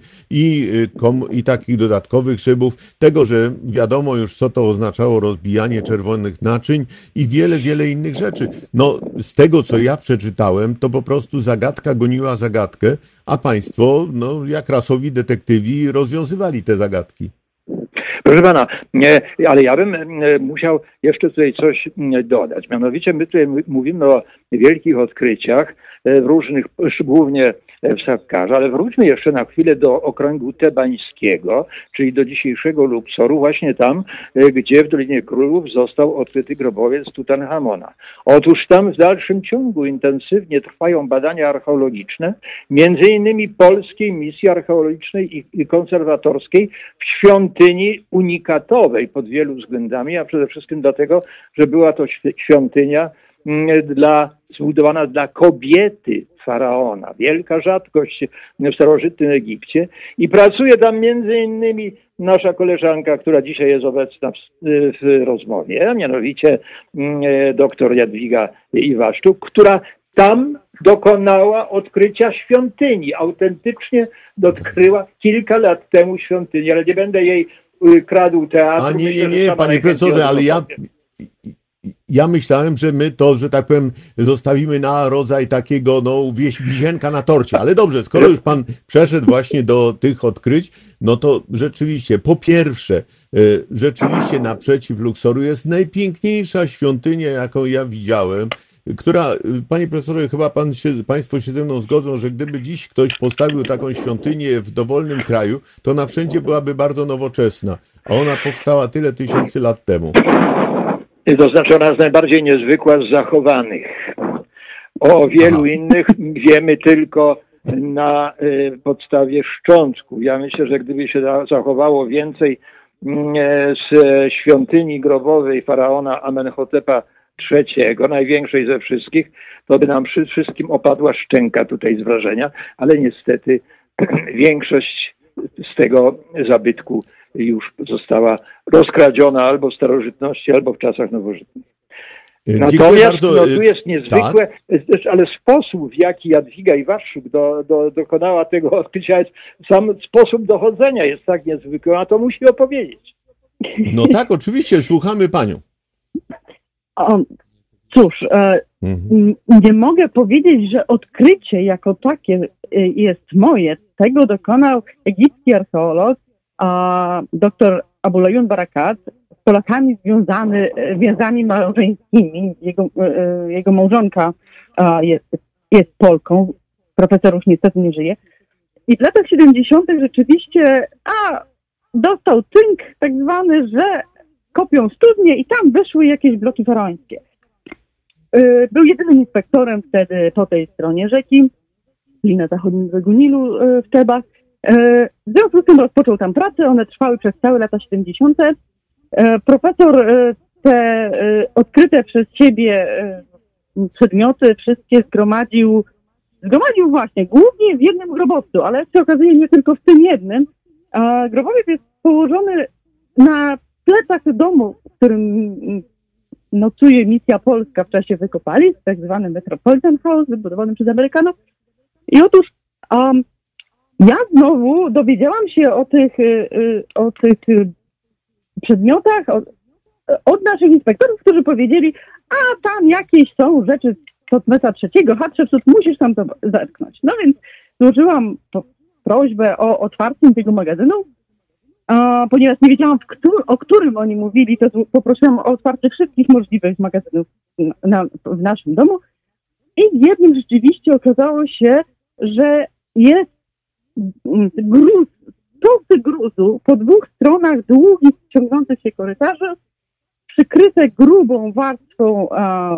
i takich dodatkowych szybów, tego, że wiadomo już, co to oznaczało rozbijanie czerwonych naczyń i wiele, wiele innych rzeczy. No, z tego, co ja przeczytałem, to po prostu zagadka goniła zagadkę, a państwo, no, jak rasowi detektywi, rozwiązywali te zagadki. Proszę pana, ale ja bym musiał jeszcze tutaj coś dodać. Mianowicie my tutaj mówimy o wielkich odkryciach różnych, głównie w Sakkarze, ale wróćmy jeszcze na chwilę do okręgu tebańskiego, czyli do dzisiejszego Luksoru, właśnie tam, gdzie w Dolinie Królów został odkryty grobowiec Tutanchamona. Otóż tam w dalszym ciągu intensywnie trwają badania archeologiczne, między innymi polskiej misji archeologicznej i konserwatorskiej w świątyni unikatowej pod wielu względami, a przede wszystkim dlatego, że była to świątynia zbudowana dla kobiety faraona. Wielka rzadkość w starożytnym Egipcie. I pracuje tam między innymi nasza koleżanka, która dzisiaj jest obecna w rozmowie, a mianowicie doktor Jadwiga Iwaszczuk, która tam dokonała odkrycia świątyni. Autentycznie odkryła kilka lat temu świątynię, ale nie będę jej kradł teatru. A nie, panie profesorze, ale ja myślałem, że my to, że tak powiem, zostawimy na rodzaj takiego, wisienka na torcie. Ale dobrze, skoro już pan przeszedł właśnie do tych odkryć, no to rzeczywiście, po pierwsze, rzeczywiście naprzeciw Luksoru jest najpiękniejsza świątynia, jaką ja widziałem, która, panie profesorze, chyba państwo się ze mną zgodzą, że gdyby dziś ktoś postawił taką świątynię w dowolnym kraju, to na wszędzie byłaby bardzo nowoczesna, a ona powstała tyle tysięcy lat temu. To znaczy ona jest najbardziej niezwykła z zachowanych. O wielu innych wiemy tylko na podstawie szczątków. Ja myślę, że gdyby się zachowało więcej z świątyni grobowej faraona Amenhotepa III, największej ze wszystkich, to by nam wszystkim opadła szczęka tutaj z wrażenia, ale niestety większość z tego zabytku już została rozkradziona albo w starożytności, albo w czasach nowożytnych. Natomiast tu jest niezwykłe, tak? Ale sposób, w jaki Jadwiga Iwaszczuk dokonała tego odkrycia, sam sposób dochodzenia jest tak niezwykły, a to musi opowiedzieć. No tak, oczywiście, słuchamy panią. Cóż, nie mogę powiedzieć, że odkrycie jako takie jest moje. Tego dokonał egipski archeolog, dr Aboulayun Barakat, z Polakami związany więzami małżeńskimi. Jego małżonka jest Polką, profesor już niestety nie żyje. I w latach 70. rzeczywiście dostał tynk tak zwany, że kopią studnie i tam wyszły jakieś bloki faraońskie. Był jedynym inspektorem wtedy po tej stronie rzeki, na zachodnim brzegu Nilu w Tebach. W związku z tym rozpoczął tam pracę, one trwały przez całe lata 70. Profesor te odkryte przez siebie przedmioty wszystkie zgromadził właśnie głównie w jednym grobowcu, ale się okazuje nie tylko w tym jednym. Grobowiec jest położony na plecach domu, w którym nocuje misja polska w czasie wykopalisk, tak zwany Metropolitan House, wybudowany przez Amerykanów. I otóż ja znowu dowiedziałam się o tych przedmiotach od naszych inspektorów, którzy powiedzieli, tam jakieś są rzeczy z Totmesa III, Hatshepsut, musisz tam to zetknąć. No więc złożyłam prośbę o otwarcie tego magazynu, ponieważ nie wiedziałam, o którym oni mówili, to poprosiłam o otwarcie wszystkich możliwych magazynów w naszym domu. I w jednym rzeczywiście okazało się, że jest gruz, stosy gruzu po dwóch stronach długich, ciągnących się korytarzy, przykryte grubą warstwą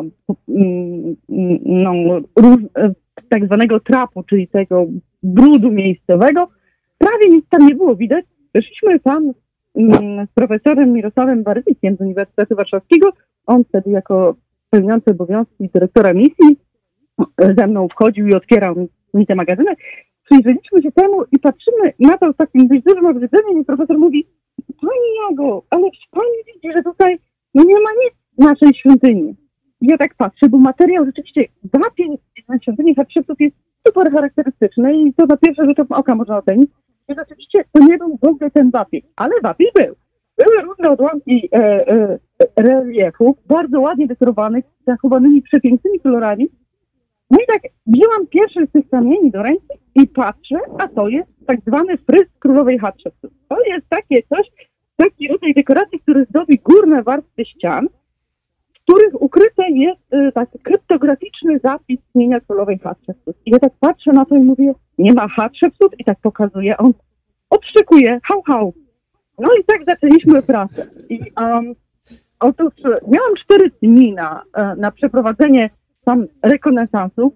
tak zwanego trapu, czyli tego brudu miejscowego. Prawie nic tam nie było widać. Weszliśmy tam z profesorem Mirosławem Barwickiem z Uniwersytetu Warszawskiego. On wtedy jako pełniący obowiązki dyrektora misji ze mną wchodził i otwierał mi te magazyny. Przyjrzeliśmy się temu i patrzymy na to z takim dość dużym obrzydzeniem i profesor mówi: Pani Jago, ale pani widzi, że tutaj nie ma nic w naszej świątyni. I ja tak patrzę, bo materiał rzeczywiście wapień na świątyni Hatshepsut jest super charakterystyczny i to na pierwszy rzut oka można ocenić. I rzeczywiście to nie był w ogóle ten wapień, ale wapień był. Były różne odłamki reliefów, bardzo ładnie dekorowanych, z zachowanymi przepięknymi kolorami. No i tak wzięłam pierwszy z tych kamieni do ręki i patrzę, a to jest tak zwany fryz królowej Hatshepsut. To jest takie coś, taki rodzaj dekoracji, który zdobi górne warstwy ścian, w których ukryty jest taki kryptograficzny zapis imienia królowej Hatshepsut. I ja tak patrzę na to i mówię, nie ma Hatshepsut, i tak pokazuje, on odszczekuje, hał, hał. No i tak zaczęliśmy pracę. I otóż miałam 4 dni na przeprowadzenie tam rekonesansu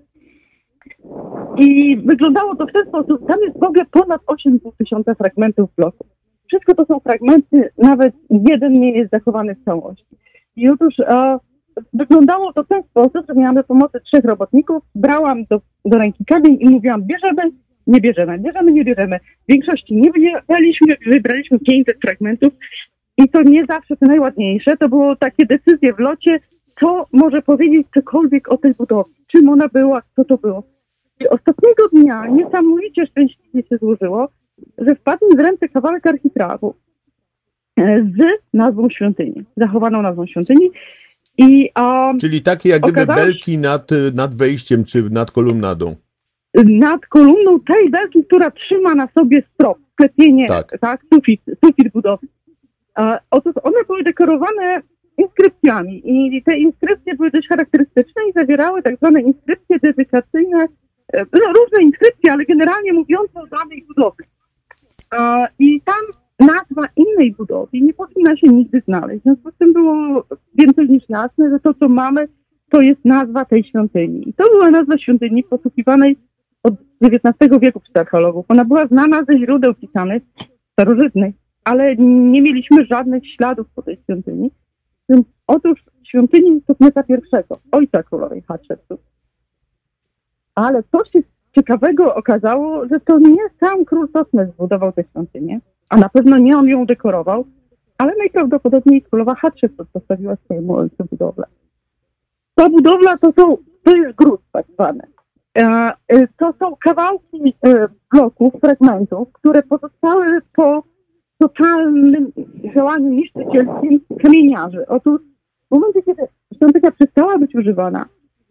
i wyglądało to w ten sposób. Tam jest w ogóle ponad 8,5 tysiąca fragmentów bloków. Wszystko to są fragmenty, nawet jeden nie jest zachowany w całości. I otóż wyglądało to w ten sposób, że miałam do pomocy 3 robotników, brałam do ręki kamień i mówiłam, bierzemy, nie bierzemy, bierzemy, nie bierzemy. W większości nie wybraliśmy 500 fragmentów i to nie zawsze te najładniejsze, to było takie decyzje w locie, kto może powiedzieć cokolwiek o tej budowie, czym ona była, co to było. I ostatniego dnia niesamowicie szczęśliwie się złożyło, że wpadł mi w ręce kawałek architrawu z nazwą świątyni, zachowaną nazwą świątyni. Czyli takie jak gdyby okazało się- belki nad wejściem czy nad kolumnadą. Nad kolumną tej belki, która trzyma na sobie strop, sklepienie, Tak. sufit budowy. Otóż one były dekorowane inskrypcjami i te inskrypcje były dość charakterystyczne i zawierały tak zwane inskrypcje dedykacyjne, różne inskrypcje, ale generalnie mówiące o danej budowie. I tam nazwa innej budowy nie powinna się nigdy znaleźć. W związku z tym było więcej niż jasne, że to, co mamy, to jest nazwa tej świątyni. I to była nazwa świątyni posługiwanej od XIX wieku przez archeologów. Ona była znana ze źródeł pisanych, starożytnych, ale nie mieliśmy żadnych śladów po tej świątyni. Więc otóż świątyni Totmesa I, ojca królowej Hatshepsut. Ale co się ciekawego okazało, że to nie sam król Totmes zbudował tę świątynię, a na pewno nie on ją dekorował, ale najprawdopodobniej królowa Hatshepsut postawiła swojemu ojcu budowlę. Ta budowla to jest gruz tak zwany. To są kawałki bloków, fragmentów, które pozostały po totalnym działaniu niszczycielskim kamieniarzy. Otóż w momencie, kiedy świątynia przestała być używana,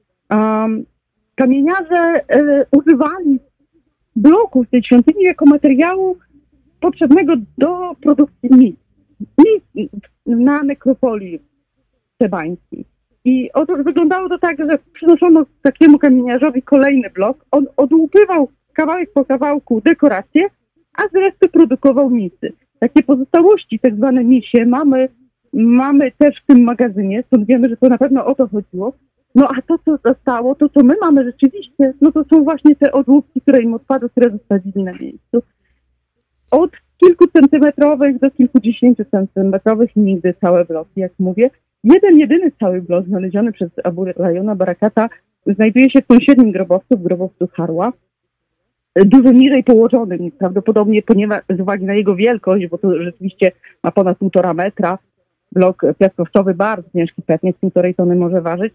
kamieniarze używali bloków tej świątyni jako materiału potrzebnego do produkcji mis na nekropolii tebańskiej. I otóż wyglądało to tak, że przynoszono takiemu kamieniarzowi kolejny blok, on odłupywał kawałek po kawałku dekorację, a z reszty produkował misy. Takie pozostałości, tak zwane misie, mamy też w tym magazynie, stąd wiemy, że to na pewno o to chodziło. No a to, co zostało, to co my mamy rzeczywiście, no to są właśnie te odłupki, które im odpadły, które zostawili na miejscu. Od kilku centymetrowych do kilkudziesięciu centymetrowych nigdy całe bloki, jak mówię. Jedyny cały blok znaleziony przez Abu Rayona Barakata znajduje się w sąsiednim grobowcu, w grobowcu Harła. Dużo niżej położonym, prawdopodobnie ponieważ z uwagi na jego wielkość, bo to rzeczywiście ma ponad 1,5 metra, blok piaskowcowy, bardzo ciężki, pewnie 1,5 tony może ważyć.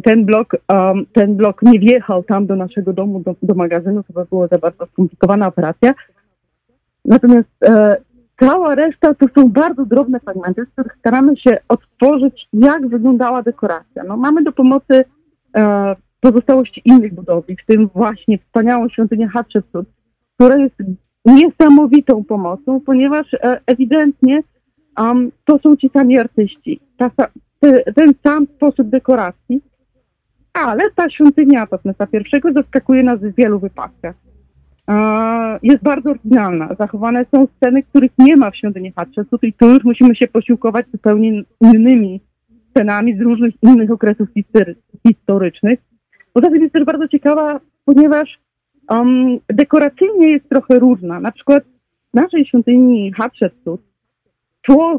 Ten blok nie wjechał tam do naszego domu, do magazynu, to by było za bardzo skomplikowana operacja. Natomiast cała reszta to są bardzo drobne fragmenty, z których staramy się odtworzyć, jak wyglądała dekoracja. No, mamy do pomocy pozostałości innych budowli, w tym właśnie wspaniałą świątynię Hatshepsut, która jest niesamowitą pomocą, ponieważ ewidentnie to są ci sami artyści, ten sam sposób dekoracji, ale ta świątynia Totmesa I zaskakuje nas w wielu wypadkach. Jest bardzo oryginalna. Zachowane są sceny, których nie ma w świątyni Hatshepsut i tu już musimy się posiłkować zupełnie innymi scenami z różnych innych okresów historycznych. Poza tym jest też bardzo ciekawa, ponieważ dekoracyjnie jest trochę różna. Na przykład w naszej świątyni Hatshepsut tło,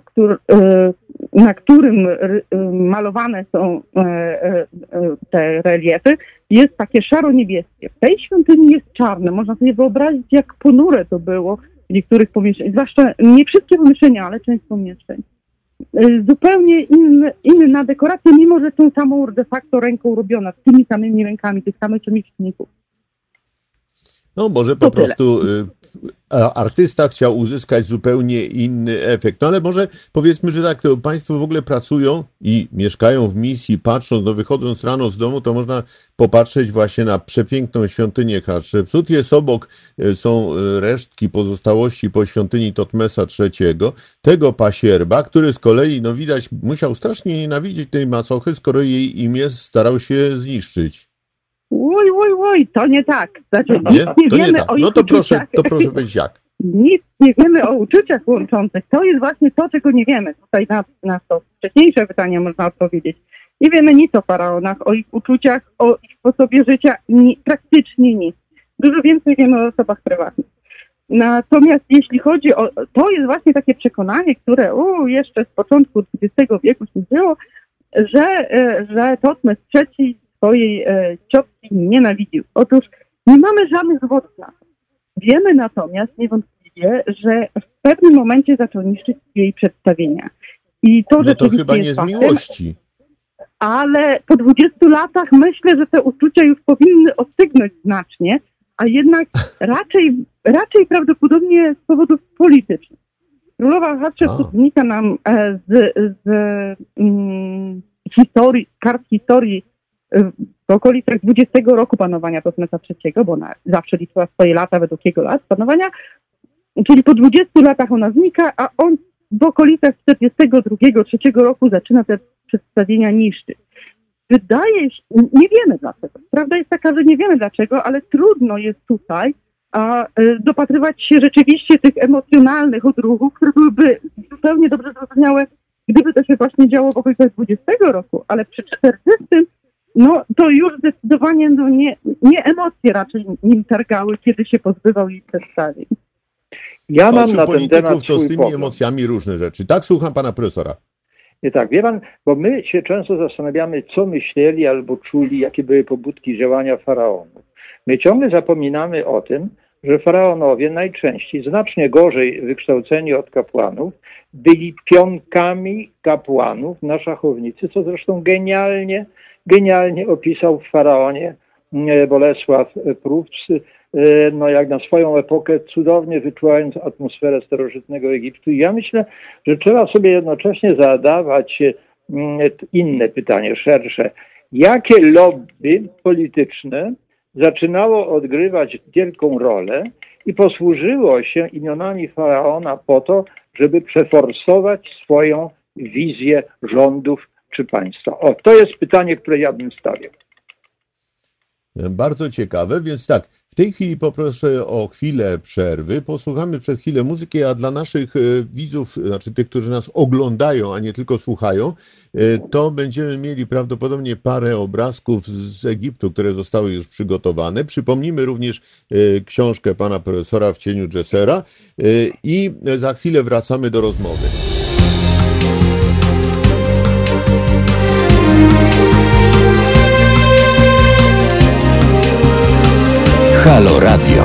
na którym malowane są te reliefy, jest takie szaro-niebieskie. W tej świątyni jest czarne. Można sobie wyobrazić, jak ponure to było w niektórych pomieszczeniach, zwłaszcza nie wszystkie pomieszczenia, ale część pomieszczeń. Zupełnie inna dekoracja, mimo że tą samą de facto ręką robiona, z tymi samymi rękami, tych samych rzemieślników. No może po prostu artysta chciał uzyskać zupełnie inny efekt. No ale może powiedzmy, że tak, to państwo w ogóle pracują i mieszkają w misji, patrząc, no wychodząc rano z domu, to można popatrzeć właśnie na przepiękną świątynię Hatshepsut. Jest obok, są resztki, pozostałości po świątyni Totmesa III, tego pasierba, który z kolei, no widać, musiał strasznie nienawidzieć tej macochy, skoro jej imię starał się zniszczyć. Oj, to nie tak. Znaczy, Nie? To nie tak. O No ich to uczuciach. proszę powiedzieć jak. Nic nie wiemy o uczuciach łączących. To jest właśnie to, czego nie wiemy. Tutaj na to wcześniejsze pytanie można odpowiedzieć. Nie wiemy nic o faraonach, o ich uczuciach, o ich sposobie życia, praktycznie nic. Dużo więcej wiemy o osobach prywatnych. Natomiast jeśli chodzi o... To jest właśnie takie przekonanie, które jeszcze z początku XX wieku się dzieło, że Totmes III swojej ciotki nienawidził. Otóż nie mamy żadnych dowodów na to. Wiemy natomiast niewątpliwie, że w pewnym momencie zaczął niszczyć jej przedstawienia. I to, no to chyba nie z miłości. Ale po 20 latach myślę, że te uczucia już powinny ostygnąć znacznie, a jednak raczej prawdopodobnie z powodów politycznych. Królowa Hatshepsut wynika nam z kart historii w okolicach 20 roku panowania Totmesa III, bo ona zawsze liczyła swoje lata według jego lat panowania, czyli po 20 latach ona znika, a on w okolicach 42-3 roku zaczyna te przedstawienia niszczyć. Wydaje się, nie wiemy dlaczego. Prawda jest taka, że nie wiemy dlaczego, ale trudno jest tutaj dopatrywać się rzeczywiście tych emocjonalnych odruchów, które byłyby zupełnie dobrze zrozumiałe, gdyby to się właśnie działo w okolicach 20 roku, ale przy 40, no to już zdecydowanie nie emocje raczej nim targały, kiedy się pozbywał jej przedstawień. Ja mam na ten temat to swój z tymi pogląd. emocjami różne rzeczy. Tak, słucham pana profesora. Nie tak, wie pan, bo my się często zastanawiamy, co myśleli albo czuli, jakie były pobudki działania faraonów. My ciągle zapominamy o tym, że faraonowie najczęściej, znacznie gorzej wykształceni od kapłanów, byli pionkami kapłanów na szachownicy, co zresztą genialnie opisał w Faraonie Bolesław Prus, no jak na swoją epokę, cudownie wyczuwając atmosferę starożytnego Egiptu. I ja myślę, że trzeba sobie jednocześnie zadawać inne pytanie, szersze. Jakie lobby polityczne zaczynało odgrywać wielką rolę i posłużyło się imionami faraona po to, żeby przeforsować swoją wizję rządów czy państwa? O, to jest pytanie, które ja bym stawiał. Bardzo ciekawe, więc tak, w tej chwili poproszę o chwilę przerwy, posłuchamy przez chwilę muzyki, a dla naszych widzów, znaczy tych, którzy nas oglądają, a nie tylko słuchają, to będziemy mieli prawdopodobnie parę obrazków z Egiptu, które zostały już przygotowane. Przypomnimy również książkę pana profesora W cieniu Dżesera i za chwilę wracamy do rozmowy. Halo Radio.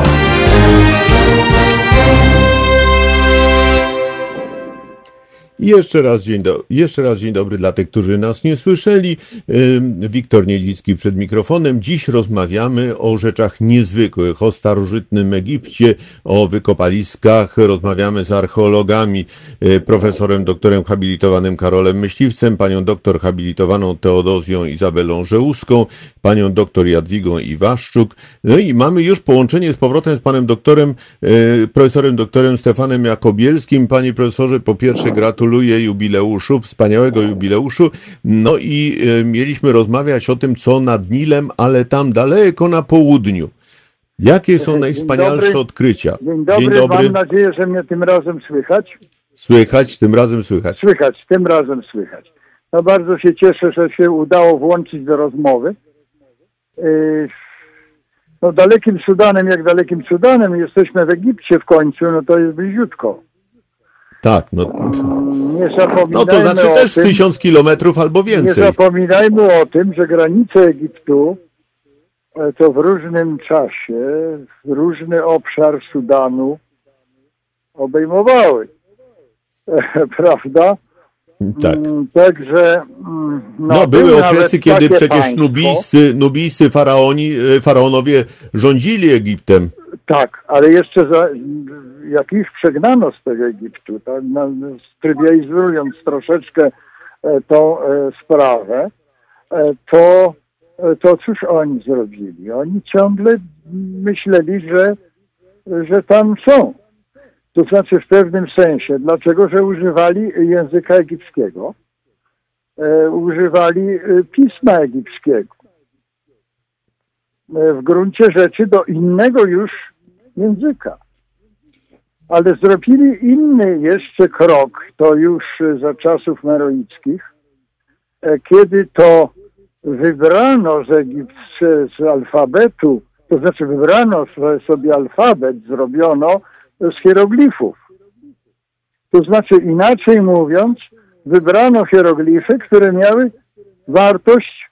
I jeszcze raz dzień dobry dla tych, którzy nas nie słyszeli. Wiktor Niedzicki przed mikrofonem. Dziś rozmawiamy o rzeczach niezwykłych, o starożytnym Egipcie, o wykopaliskach. Rozmawiamy z archeologami, profesorem doktorem habilitowanym Karolem Myśliwcem, panią doktor habilitowaną Teodozją Izabelą Żełuską, panią doktor Jadwigą Iwaszczuk. No i mamy już połączenie z powrotem z panem doktorem, profesorem doktorem Stefanem Jakobielskim. Panie profesorze, po pierwsze gratuluję jubileuszu, wspaniałego jubileuszu. No i mieliśmy rozmawiać o tym, co nad Nilem, ale tam daleko na południu. Jakie są najwspanialsze odkrycia? Dzień dobry. Mam nadzieję, że mnie tym razem słychać. Tym razem słychać. Tym razem słychać. No bardzo się cieszę, że się udało włączyć do rozmowy. No dalekim Sudanem, jesteśmy w Egipcie w końcu, no to jest bliziutko. Tak, Nie zapominajmy no to znaczy też 1000 kilometrów albo więcej. Nie zapominajmy o tym, że granice Egiptu to w różnym czasie, różny obszar Sudanu obejmowały. Prawda? Tak. Także no były okresy, kiedy przecież nubijscy faraonowie rządzili Egiptem. Tak, ale jeszcze jak ich przegnano z tego Egiptu, tak, strywializując troszeczkę tą sprawę, to cóż oni zrobili? Oni ciągle myśleli, że tam są. To znaczy w pewnym sensie. Dlaczego? Że używali języka egipskiego. Używali pisma egipskiego. W gruncie rzeczy do innego już języka. Ale zrobili inny jeszcze krok, to już za czasów meroickich, kiedy to wybrano z alfabetu, to znaczy wybrano sobie alfabet, zrobiono z hieroglifów. To znaczy inaczej mówiąc, wybrano hieroglify, które miały wartość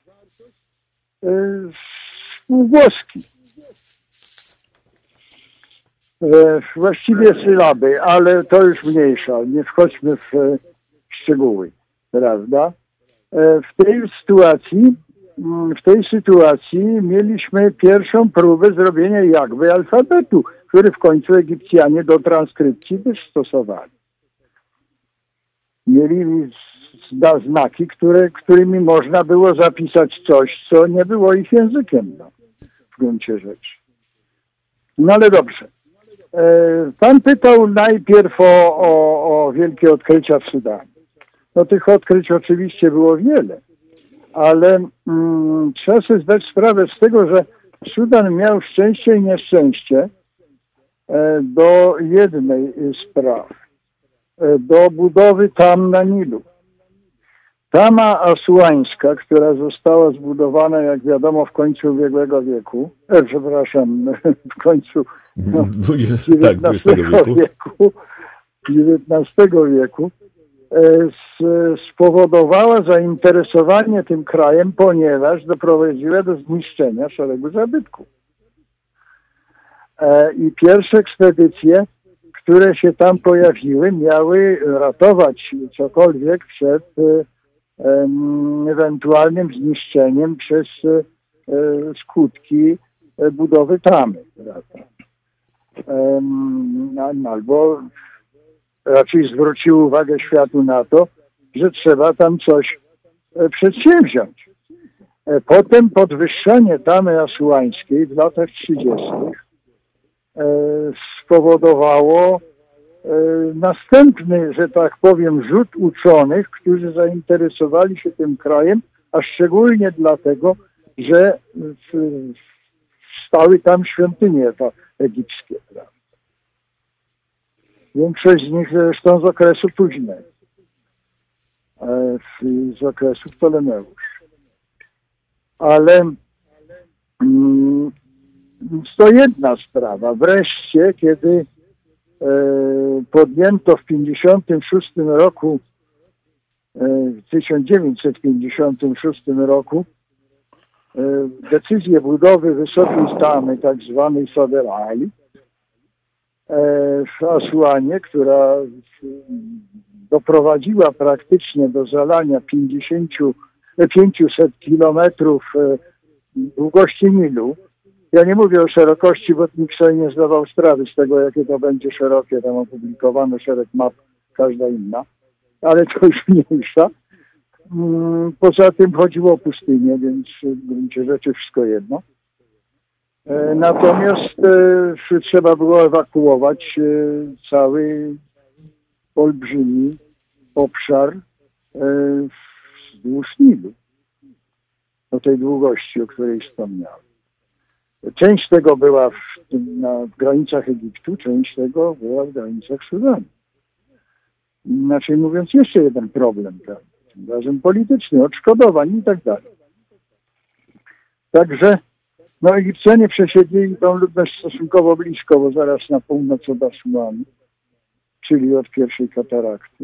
spółgłoski. Właściwie sylaby, ale to już mniejsza. Nie wchodźmy w szczegóły, prawda? W tej sytuacji mieliśmy pierwszą próbę zrobienia jakby alfabetu, który w końcu Egipcjanie do transkrypcji też stosowali. Mieli znaki, którymi można było zapisać coś, co nie było ich językiem, no, w gruncie rzeczy. No ale dobrze. Pan pytał najpierw o wielkie odkrycia w Sudanie. No tych odkryć oczywiście było wiele, ale trzeba sobie zdać sprawę z tego, że Sudan miał szczęście i nieszczęście do jednej spraw, do budowy tam na Nilu. Tama Asuańska, która została zbudowana, jak wiadomo, w końcu ubiegłego wieku, w końcu XIX wieku, spowodowała zainteresowanie tym krajem, ponieważ doprowadziła do zniszczenia szeregu zabytków. I pierwsze ekspedycje, które się tam pojawiły, miały ratować cokolwiek przed ewentualnym zniszczeniem przez skutki budowy tamy. Albo raczej zwrócił uwagę światu na to, że trzeba tam coś przedsięwziąć. Potem podwyższenie tamy asuańskiej w latach 30. Spowodowało następny, że tak powiem, rzut uczonych, którzy zainteresowali się tym krajem, a szczególnie dlatego, że stały tam świątynie egipskie. Większość z nich zresztą z okresu późnego, z okresu Ptolemeusz. Ale to jedna sprawa. Wreszcie, kiedy podjęto w 1956 roku decyzję budowy wysokiej tamy, tak zwanej Sadr Ali, w Asuanie, która doprowadziła praktycznie do zalania 500 kilometrów długości Nilu. Ja nie mówię o szerokości, bo nikt sobie nie zdawał sprawy z tego, jakie to będzie szerokie. Tam opublikowano szereg map, każda inna, ale to już mniejsza. Poza tym chodziło o pustynię, więc w gruncie rzeczy wszystko jedno. Natomiast trzeba było ewakuować cały olbrzymi obszar wzdłuż Nilu, o tej długości, o której wspomniałem. Część tego była w granicach Egiptu, część tego była w granicach Sudanu. Inaczej mówiąc, jeszcze jeden problem, prawda? Tym razem polityczny, odszkodowań i tak dalej. Także Egipcjanie przesiedlili tą ludność stosunkowo blisko, bo zaraz na północ od Asuanu, czyli od pierwszej katarakty,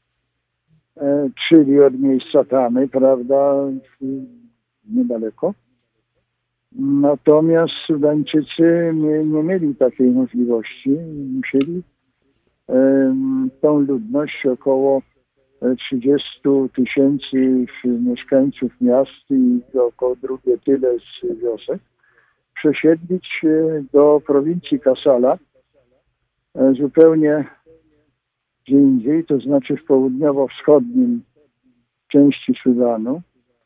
czyli od miejsca tamy, prawda, niedaleko. Natomiast Sudańczycy nie mieli takiej możliwości. Musieli tą ludność, około 30 000 mieszkańców miast i około drugie tyle z wiosek, przesiedlić do prowincji Kassala, zupełnie gdzie indziej, to znaczy w południowo-wschodnim części Sudanu,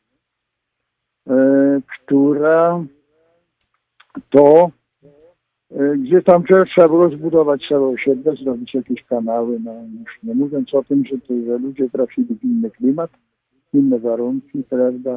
która gdzie tam trzeba było zbudować całe osiedle, zrobić jakieś kanały, już nie mówiąc o tym, że ludzie trafili w inny klimat, inne warunki, prawda,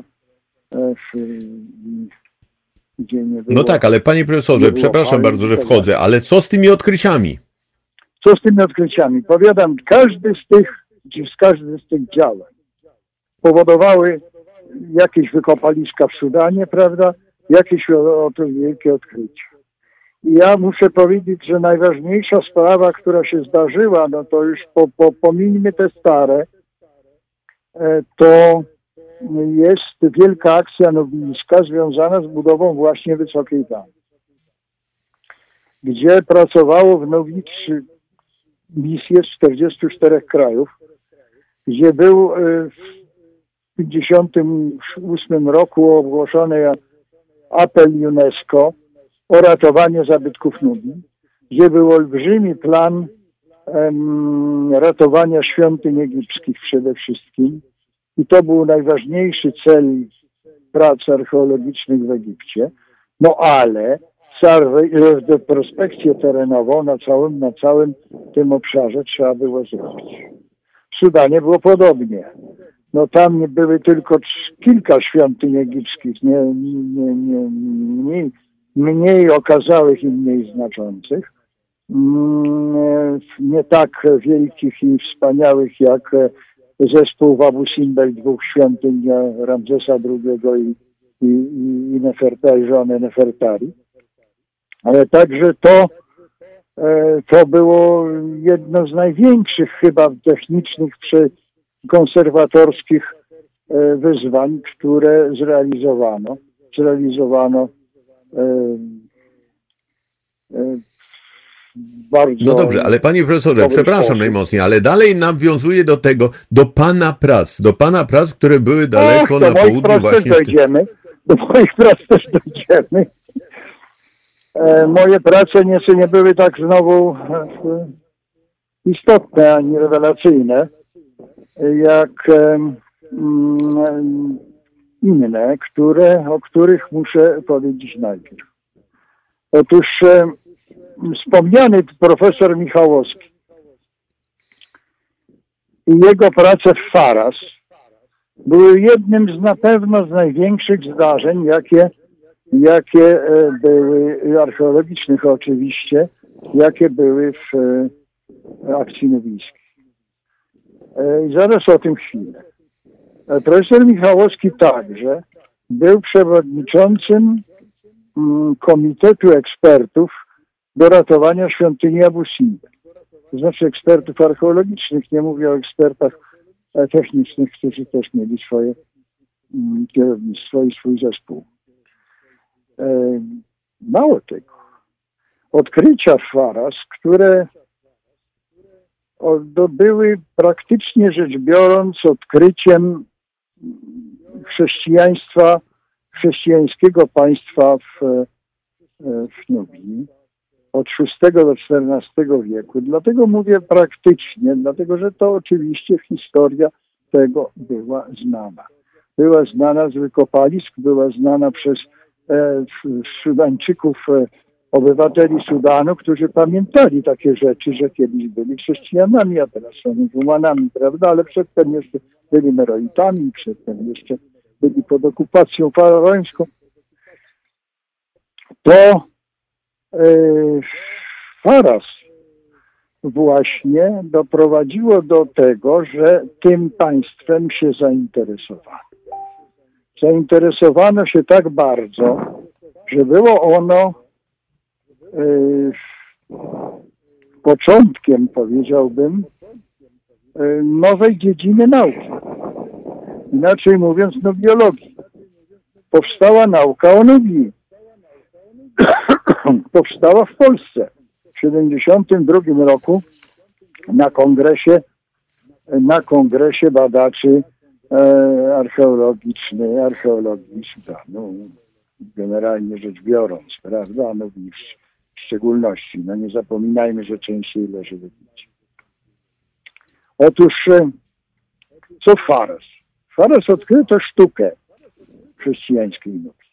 gdzie nie było. No tak, ale panie profesorze, przepraszam bardzo, że wchodzę, ale co z tymi odkryciami? Co z tymi odkryciami? Powiadam, każdy z tych działań powodowały jakieś wykopaliska w Sudanie, prawda, jakieś wielkie odkrycia. I ja muszę powiedzieć, że najważniejsza sprawa, która się zdarzyła, no to już pomińmy te stare, to jest wielka akcja noblijska związana z budową właśnie Wysokiej Tamy, gdzie pracowało w Nowicz misje z 44 krajów, gdzie był w 1958 roku ogłoszony apel UNESCO o ratowanie zabytków Nubii, gdzie był olbrzymi plan ratowania świątyń egipskich przede wszystkim. I to był najważniejszy cel prac archeologicznych w Egipcie. No ale prospekcję terenową na całym tym obszarze trzeba było zrobić. W Sudanie było podobnie. No tam nie były tylko kilka świątyń egipskich, mniej okazałych i mniej znaczących. Nie tak wielkich i wspaniałych jak zespół w Abu Simbel dwóch świątyń Ramzesa II i żony Nefertari. Ale także to było jedno z największych chyba technicznych, konserwatorskich wyzwań, które zrealizowano bardzo... No dobrze, ale panie profesorze, przepraszam najmocniej, ale dalej nawiązuje do pana prac, które były daleko na południu właśnie. Do moich prac też dojdziemy. Moje prace nie były tak znowu istotne ani rewelacyjne, jak inne, o których muszę powiedzieć najpierw. Otóż wspomniany profesor Michałowski i jego prace w Faras były jednym na pewno z największych zdarzeń, jakie były archeologicznych oczywiście, jakie były w akcji nubijskiej. I zaraz o tym chwilę. Profesor Michałowski także był przewodniczącym Komitetu Ekspertów do ratowania świątyni Abu Simbel. To znaczy ekspertów archeologicznych, nie mówię o ekspertach technicznych, którzy też mieli swoje kierownictwo i swój zespół. Mało tego. Odkrycia w Faras, które były praktycznie rzecz biorąc odkryciem chrześcijańskiego państwa w Nubii od VI do XIV wieku. Dlatego mówię praktycznie, dlatego że to oczywiście historia tego była znana. Była znana z wykopalisk, była znana przez Sudańczyków, obywateli Sudanu, którzy pamiętali takie rzeczy, że kiedyś byli chrześcijanami, a teraz są muzułmanami, prawda? Ale przedtem jeszcze byli Meroitami, przedtem jeszcze byli pod okupacją faraońską. To Faras właśnie doprowadziło do tego, że tym państwem się zainteresowano. Zainteresowano się tak bardzo, że było ono początkiem, powiedziałbym, nowej dziedziny nauki. Inaczej mówiąc, biologii. Powstała nauka o Nubii. Powstała w Polsce w 1972 roku na kongresie badaczy archeologii Sudanu, generalnie rzecz biorąc, prawda, w szczególności. Nie zapominajmy, że częściej leży w Egipcie. Otóż co Faras? Faras odkryto sztukę chrześcijańskiej Nubii,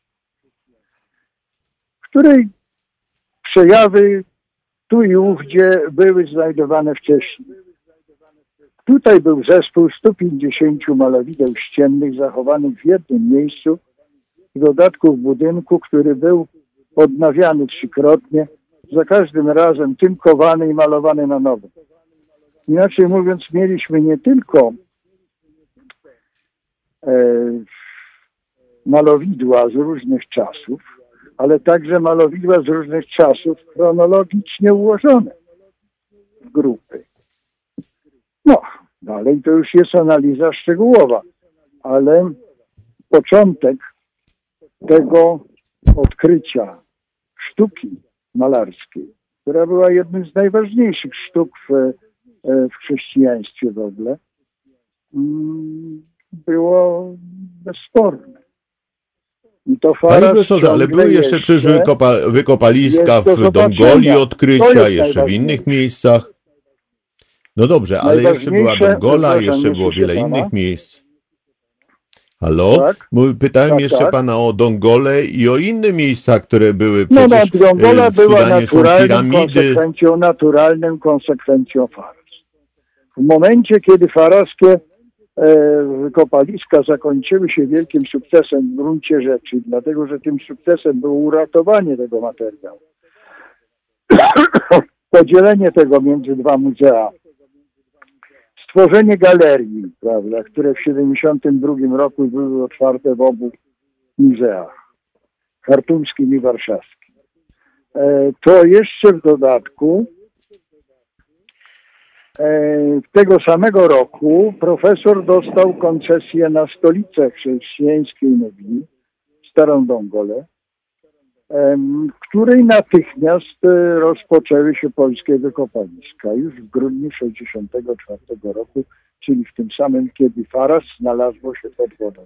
której przejawy tu i ówdzie były znajdowane wcześniej. Tutaj był zespół 150 malowideł ściennych zachowanych w jednym miejscu, w dodatku w budynku, który był odnawiany 3-krotnie, za każdym razem tynkowany i malowany na nowo. Inaczej mówiąc, mieliśmy nie tylko malowidła z różnych czasów, ale także malowidła z różnych czasów chronologicznie ułożone w grupy. No, dalej to już jest analiza szczegółowa, ale początek tego odkrycia sztuki malarskiej, która była jednym z najważniejszych sztuk w chrześcijaństwie w ogóle, było bezsporne. Panie profesorze, ale były jeszcze przecież wykopaliska w Dongoli odkrycia, jeszcze w innych miejscach. No dobrze, ale jeszcze była Najważniejsze Dongola, wydarzenie, jeszcze było wiele proszę pana. innych miejsc. Halo? Tak? Pytałem Tak, jeszcze tak. pana o Dongolę i o inne miejsca, które były No, przecież Dongola w była Sudanie są piramidy. naturalną konsekwencją Faras. W momencie, kiedy faraskie wykopaliska zakończyły się wielkim sukcesem w gruncie rzeczy, dlatego że tym sukcesem było uratowanie tego materiału, podzielenie tego między dwa muzea, stworzenie galerii, prawda, które w 1972 roku były otwarte w obu muzeach, chartumskim i warszawskim. To jeszcze w dodatku tego samego roku profesor dostał koncesję na stolicę chrześcijańskiej Nubii, Starą Dongolę, w której natychmiast rozpoczęły się polskie wykopaliska już w grudniu 1964 roku, czyli w tym samym, kiedy Faras znalazło się pod wodą.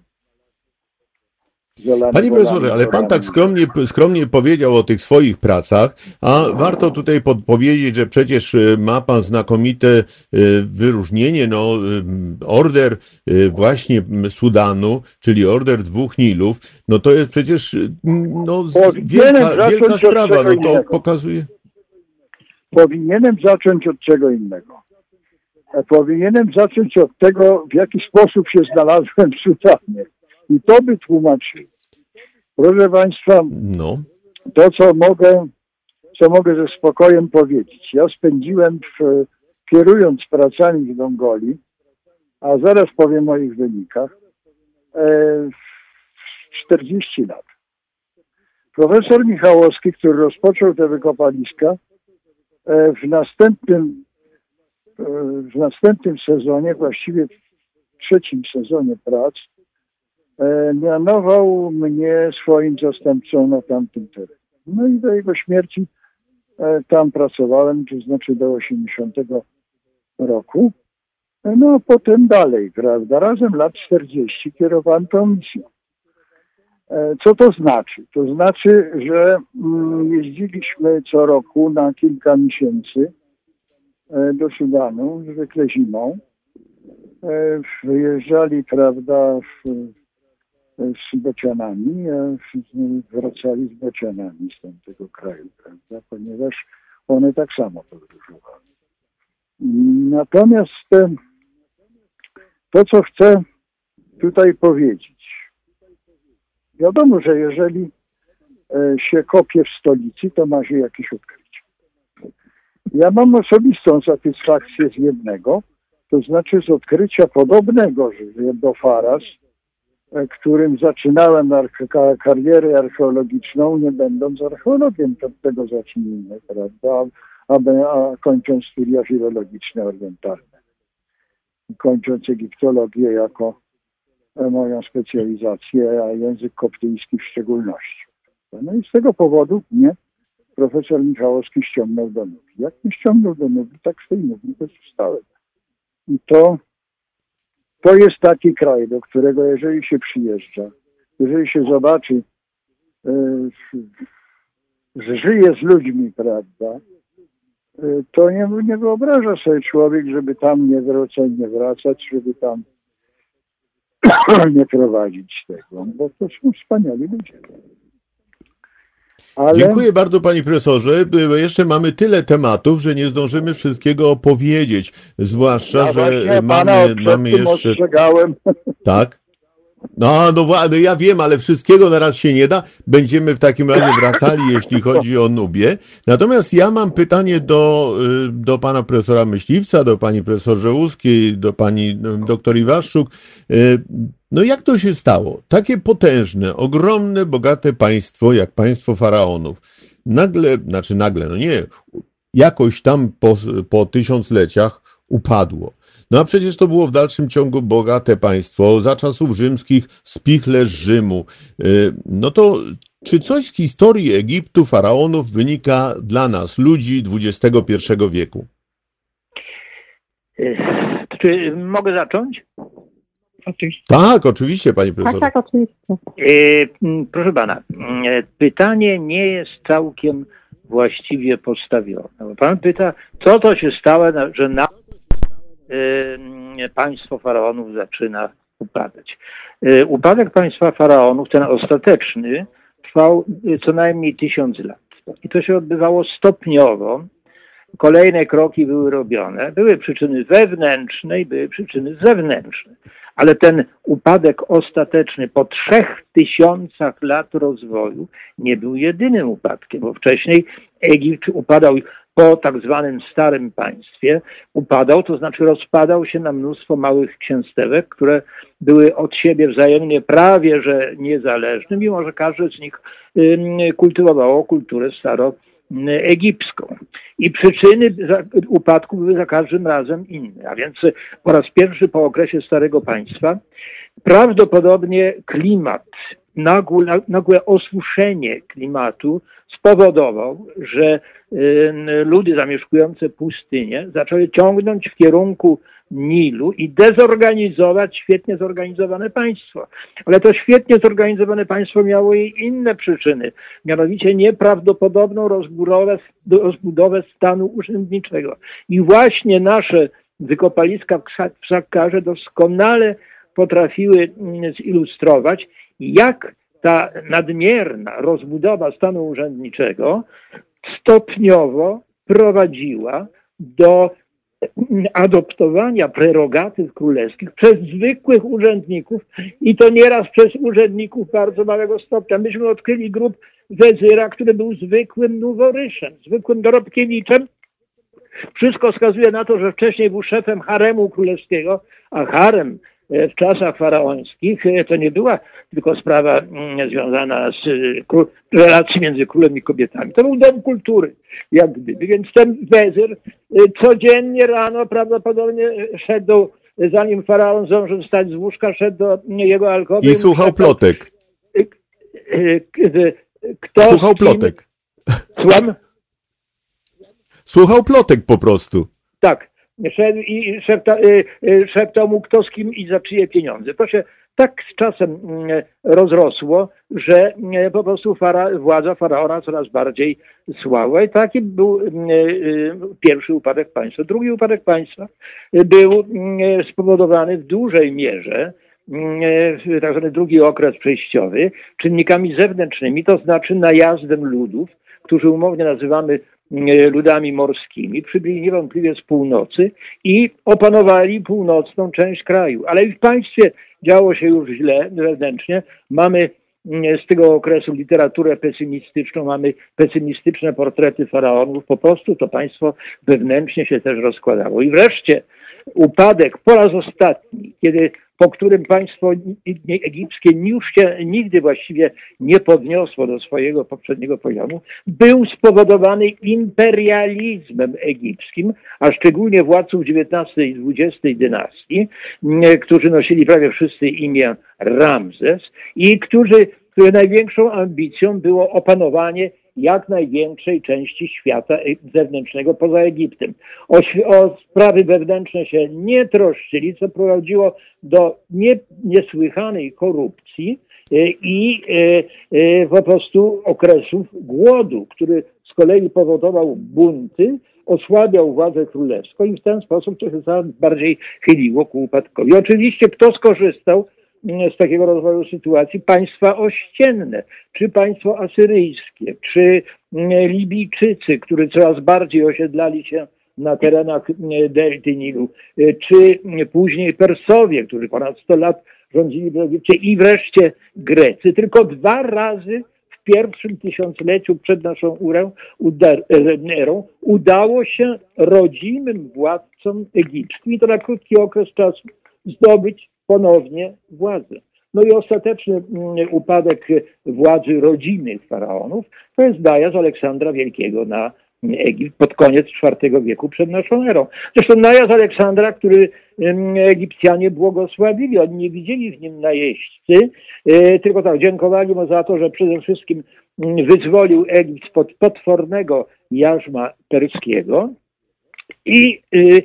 Panie profesorze, ale pan tak skromnie powiedział o tych swoich pracach, a warto tutaj podpowiedzieć, że przecież ma pan znakomite wyróżnienie, order właśnie Sudanu, czyli order 2 Nilów, no to jest przecież wielka sprawa, no to pokazuje. Powinienem zacząć od czego innego. Powinienem zacząć od tego, w jaki sposób się znalazłem w Sudanie. I to by tłumaczył. Proszę Państwa, to co mogę ze spokojem powiedzieć. Ja spędziłem, kierując pracami w Dongoli, a zaraz powiem o ich wynikach, 40 lat. Profesor Michałowski, który rozpoczął te wykopaliska, w następnym sezonie, właściwie w 3. sezonie prac, mianował mnie swoim zastępcą na tamtym terenie. No i do jego śmierci tam pracowałem, to znaczy do 80 roku. No a potem dalej, prawda? Razem lat 40 kierowałem tą misją. Co to znaczy? To znaczy, że jeździliśmy co roku na kilka miesięcy do Sudanu, zwykle zimą. Wyjeżdżali, prawda, z bocianami, a wracali z bocianami z tamtego kraju, prawda, ponieważ one tak samo podróżowały. Natomiast to, co chcę tutaj powiedzieć, wiadomo, że jeżeli się kopie w stolicy, to ma się jakieś odkrycie. Ja mam osobistą satysfakcję z jednego, to znaczy z odkrycia podobnego do Faras, którym zaczynałem karierę archeologiczną, nie będąc archeologiem, to od tego zacznijmy, prawda, a kończąc studia filologiczne orientalne, kończąc egiptologię jako moją specjalizację, a język koptyjski w szczególności. No i z tego powodu mnie profesor Michałowski ściągnął do Nubii. Jak mnie ściągnął do Nubii, tak z tej Nubii pozostałem. I to jest taki kraj, do którego jeżeli się przyjeżdża, jeżeli się zobaczy, żyje z ludźmi, prawda, to nie wyobraża sobie człowiek, żeby tam nie wracać, żeby tam nie prowadzić tego, bo to są wspaniali ludzie. Ale... Dziękuję bardzo, panie profesorze. Jeszcze mamy tyle tematów, że nie zdążymy wszystkiego opowiedzieć. Zwłaszcza, że mamy jeszcze... Ostrzegałem. Tak? No ja wiem, ale wszystkiego na raz się nie da. Będziemy w takim razie wracali, jeśli chodzi o Nubię. Natomiast ja mam pytanie do pana profesora Myśliwca, do pani profesor Żełuskiej, do pani doktor Iwaszczuk. No jak to się stało? Takie potężne, ogromne, bogate państwo, jak państwo faraonów, jakoś tam po tysiącleciach upadło. No a przecież to było w dalszym ciągu bogate państwo, za czasów rzymskich spichlerz Rzymu. No to czy coś z historii Egiptu, faraonów wynika dla nas, ludzi XXI wieku? Czy mogę zacząć? Oczywiście. Tak, oczywiście, panie profesorze. Tak, oczywiście. Proszę pana, pytanie nie jest całkiem właściwie postawione. Pan pyta, co to się stało, że państwo faraonów zaczyna upadać. Upadek państwa faraonów, ten ostateczny, trwał co najmniej 1000 lat. I to się odbywało stopniowo. Kolejne kroki były robione. Były przyczyny wewnętrzne i były przyczyny zewnętrzne. Ale ten upadek ostateczny po 3000 lat rozwoju nie był jedynym upadkiem, bo wcześniej Egipt upadał po tak zwanym Starym Państwie. Upadał, to znaczy rozpadał się na mnóstwo małych księstewek, które były od siebie wzajemnie prawie że niezależne, mimo że każde z nich kultywowało kulturę staroegipską. I przyczyny upadku były za każdym razem inne. A więc po raz pierwszy po okresie Starego Państwa prawdopodobnie klimat, nagłe osuszenie klimatu spowodował, że ludy zamieszkujące pustynię zaczęły ciągnąć w kierunku Nilu i dezorganizować świetnie zorganizowane państwo. Ale to świetnie zorganizowane państwo miało i inne przyczyny, mianowicie nieprawdopodobną rozbudowę stanu urzędniczego. I właśnie nasze wykopaliska w Sakkarze doskonale potrafiły zilustrować, jak ta nadmierna rozbudowa stanu urzędniczego stopniowo prowadziła do adoptowania prerogatyw królewskich przez zwykłych urzędników i to nieraz przez urzędników bardzo małego stopnia. Myśmy odkryli grób wezyra, który był zwykłym noworyszem, zwykłym dorobkiewiczem. Wszystko wskazuje na to, że wcześniej był szefem haremu królewskiego, a harem w czasach faraońskich to nie była tylko sprawa związana z relacji między królem i kobietami. To był dom kultury, jak gdyby. Więc ten wezyr codziennie rano prawdopodobnie szedł, zanim faraon zdążył wstać z łóżka, szedł do jego alkowy. I słuchał plotek. Słuchał plotek. Słucham? Słuchał plotek po prostu. Tak. Szedł i szeptał mu, kto z kim i za czyje pieniądze. To się tak z czasem rozrosło, że po prostu władza faraona coraz bardziej słabła. I taki był pierwszy upadek państwa. Drugi upadek państwa był spowodowany w dużej mierze, tak zwany drugi okres przejściowy, czynnikami zewnętrznymi, to znaczy najazdem ludów, którzy umownie nazywamy ludami morskimi, przybyli niewątpliwie z północy i opanowali północną część kraju. Ale i w państwie działo się już źle wewnętrznie. Mamy z tego okresu literaturę pesymistyczną, mamy pesymistyczne portrety faraonów. Po prostu to państwo wewnętrznie się też rozkładało. I wreszcie upadek po raz ostatni, po którym państwo egipskie już się nigdy właściwie nie podniosło do swojego poprzedniego poziomu, był spowodowany imperializmem egipskim, a szczególnie władców XIX i XX dynastii, którzy nosili prawie wszyscy imię Ramzes i których największą ambicją było opanowanie jak największej części świata zewnętrznego poza Egiptem. O sprawy wewnętrzne się nie troszczyli, co prowadziło do niesłychanej korupcji i po prostu okresów głodu, który z kolei powodował bunty, osłabiał władzę królewską i w ten sposób to się coraz bardziej chyliło ku upadkowi. Oczywiście kto skorzystał z takiego rozwoju sytuacji? Państwa ościenne, czy państwo asyryjskie, czy Libijczycy, którzy coraz bardziej osiedlali się na terenach delty Nilu, czy później Persowie, którzy ponad 100 lat rządzili w Egipcie i wreszcie Grecy. Tylko 2 razy w pierwszym tysiącleciu przed naszą erą udało się rodzimym władcom egipskim i to na krótki okres czasu zdobyć ponownie władzę. No i ostateczny upadek władzy rodzimych faraonów to jest najazd Aleksandra Wielkiego na Egipt pod koniec IV wieku przed naszą erą. Zresztą najazd Aleksandra, który Egipcjanie błogosławili, oni nie widzieli w nim najeźdźcy, tylko tak dziękowali mu za to, że przede wszystkim wyzwolił Egipt spod potwornego jarzma perskiego i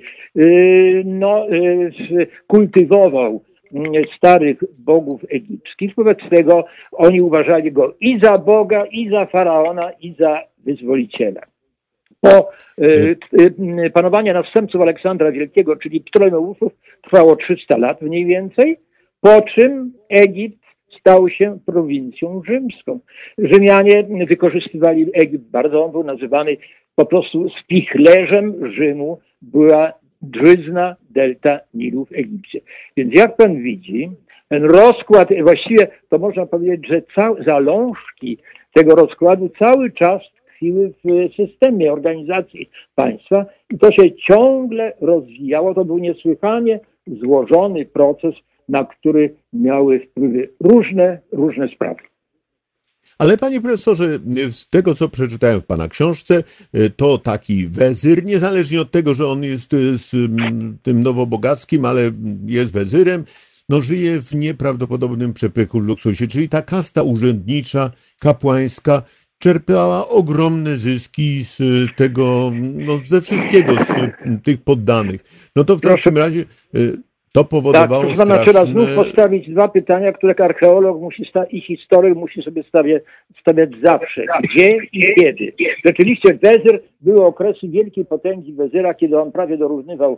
kultywował starych bogów egipskich. Wobec tego oni uważali go i za Boga, i za faraona, i za wyzwoliciela. Po panowania następców Aleksandra Wielkiego, czyli Ptolemeuszów, trwało 300 lat mniej więcej, po czym Egipt stał się prowincją rzymską. Rzymianie wykorzystywali Egipt bardzo, on był nazywany po prostu spichlerzem Rzymu, była drzyzna delta Nilu w Egipcie. Więc jak pan widzi, ten rozkład, właściwie to można powiedzieć, że zalążki tego rozkładu cały czas tkwiły w systemie organizacji państwa i to się ciągle rozwijało. To był niesłychanie złożony proces, na który miały wpływy różne sprawy. Ale panie profesorze, z tego co przeczytałem w pana książce, to taki wezyr, niezależnie od tego, że on jest z tym nowobogackim, ale jest wezyrem, no żyje w nieprawdopodobnym przepychu, w luksusie, czyli ta kasta urzędnicza, kapłańska czerpała ogromne zyski z tego, no ze wszystkiego, z tych poddanych. No to w takim razie to powodowało tak, straszne... trzeba znów postawić dwa pytania, które archeolog i historyk musi sobie stawiać zawsze. Gdzie i kiedy? Rzeczywiście wezyr, były okresy wielkiej potęgi wezyra, kiedy on prawie dorównywał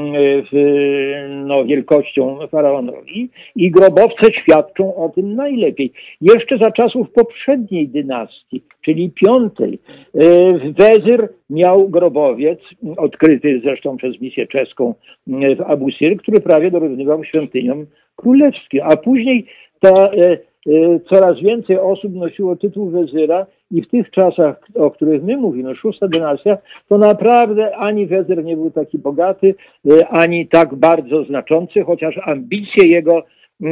wielkością faraonowi i grobowce świadczą o tym najlepiej. Jeszcze za czasów poprzedniej dynastii, czyli piątej, wezyr miał grobowiec, odkryty zresztą przez misję czeską w Abu Sir, który prawie dorównywał świątyniom królewskim, a później coraz więcej osób nosiło tytuł wezyra i w tych czasach, o których my mówimy, szósta dynastia, to naprawdę ani wezyr nie był taki bogaty, ani tak bardzo znaczący, chociaż ambicje jego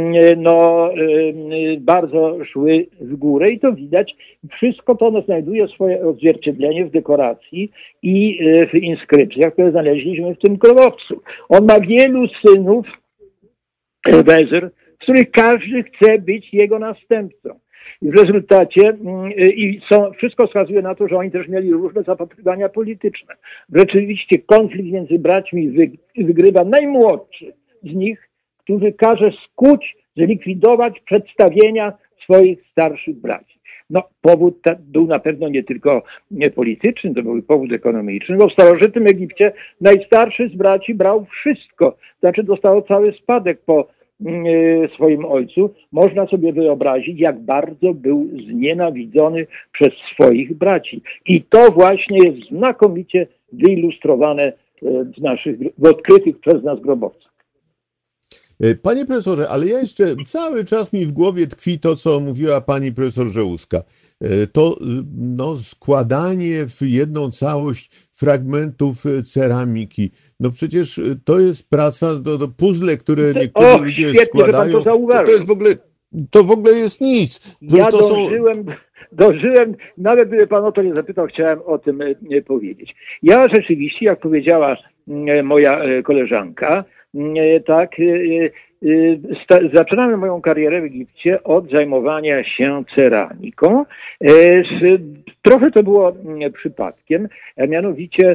bardzo szły w górę i to widać. Wszystko to znajduje swoje odzwierciedlenie w dekoracji i w inskrypcjach, które znaleźliśmy w tym grobowcu. On ma wielu synów, wezyr, z których każdy chce być jego następcą. I w rezultacie wszystko wskazuje na to, że oni też mieli różne zapatrywania polityczne. Rzeczywiście konflikt między braćmi wygrywa najmłodszy z nich, który każe skuć, zlikwidować przedstawienia swoich starszych braci. No, powód był na pewno nie tylko polityczny, to był powód ekonomiczny, bo w starożytnym Egipcie najstarszy z braci brał wszystko, znaczy dostał cały spadek po swoim ojcu. Można sobie wyobrazić, jak bardzo był znienawidzony przez swoich braci. I to właśnie jest znakomicie wyilustrowane w odkrytych przez nas grobowcach. Panie profesorze, ale ja jeszcze cały czas mi w głowie tkwi to, co mówiła pani profesor Żełuska. To składanie w jedną całość fragmentów ceramiki. No przecież to jest praca, to puzzle, które niektórzy ludzie składają. To w ogóle jest nic. Ja dożyłem, nawet gdyby pan o to nie zapytał, chciałem o tym powiedzieć. Ja rzeczywiście, jak powiedziała moja koleżanka, zaczynałem moją karierę w Egipcie od zajmowania się ceramiką. Trochę to było przypadkiem, a mianowicie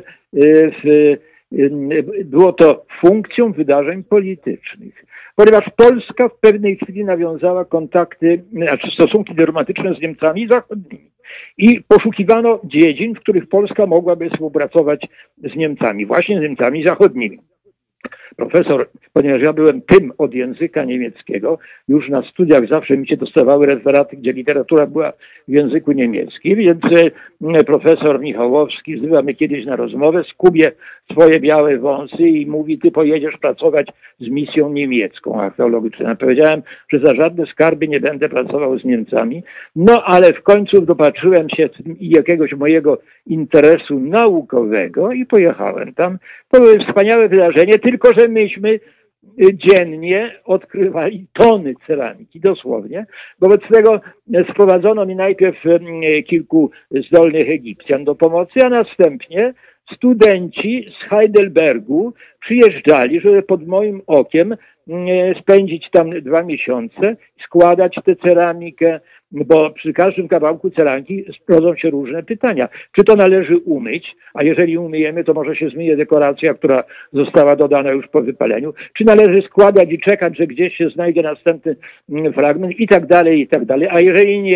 było to funkcją wydarzeń politycznych. Ponieważ Polska w pewnej chwili nawiązała stosunki dyplomatyczne z Niemcami zachodnimi i poszukiwano dziedzin, w których Polska mogłaby współpracować z Niemcami, właśnie z Niemcami zachodnimi. Profesor, ponieważ ja byłem tym od języka niemieckiego, już na studiach zawsze mi się dostawały referaty, gdzie literatura była w języku niemieckim, więc profesor Michałowski wzywa mnie kiedyś na rozmowę, skubie swoje białe wąsy i mówi: ty pojedziesz pracować z misją niemiecką archeologiczną. Powiedziałem, że za żadne skarby nie będę pracował z Niemcami, no ale w końcu dopatrzyłem się jakiegoś mojego interesu naukowego i pojechałem tam. To było wspaniałe wydarzenie, tylko że myśmy dziennie odkrywali tony ceramiki, dosłownie. Wobec tego sprowadzono mi najpierw kilku zdolnych Egipcjan do pomocy, a następnie studenci z Heidelbergu przyjeżdżali, żeby pod moim okiem spędzić tam 2 miesiące, składać tę ceramikę, bo przy każdym kawałku ceramiki rodzą się różne pytania. Czy to należy umyć, a jeżeli umyjemy, to może się zmyje dekoracja, która została dodana już po wypaleniu. Czy należy składać i czekać, że gdzieś się znajdzie następny fragment i tak dalej, i tak dalej. A jeżeli nie,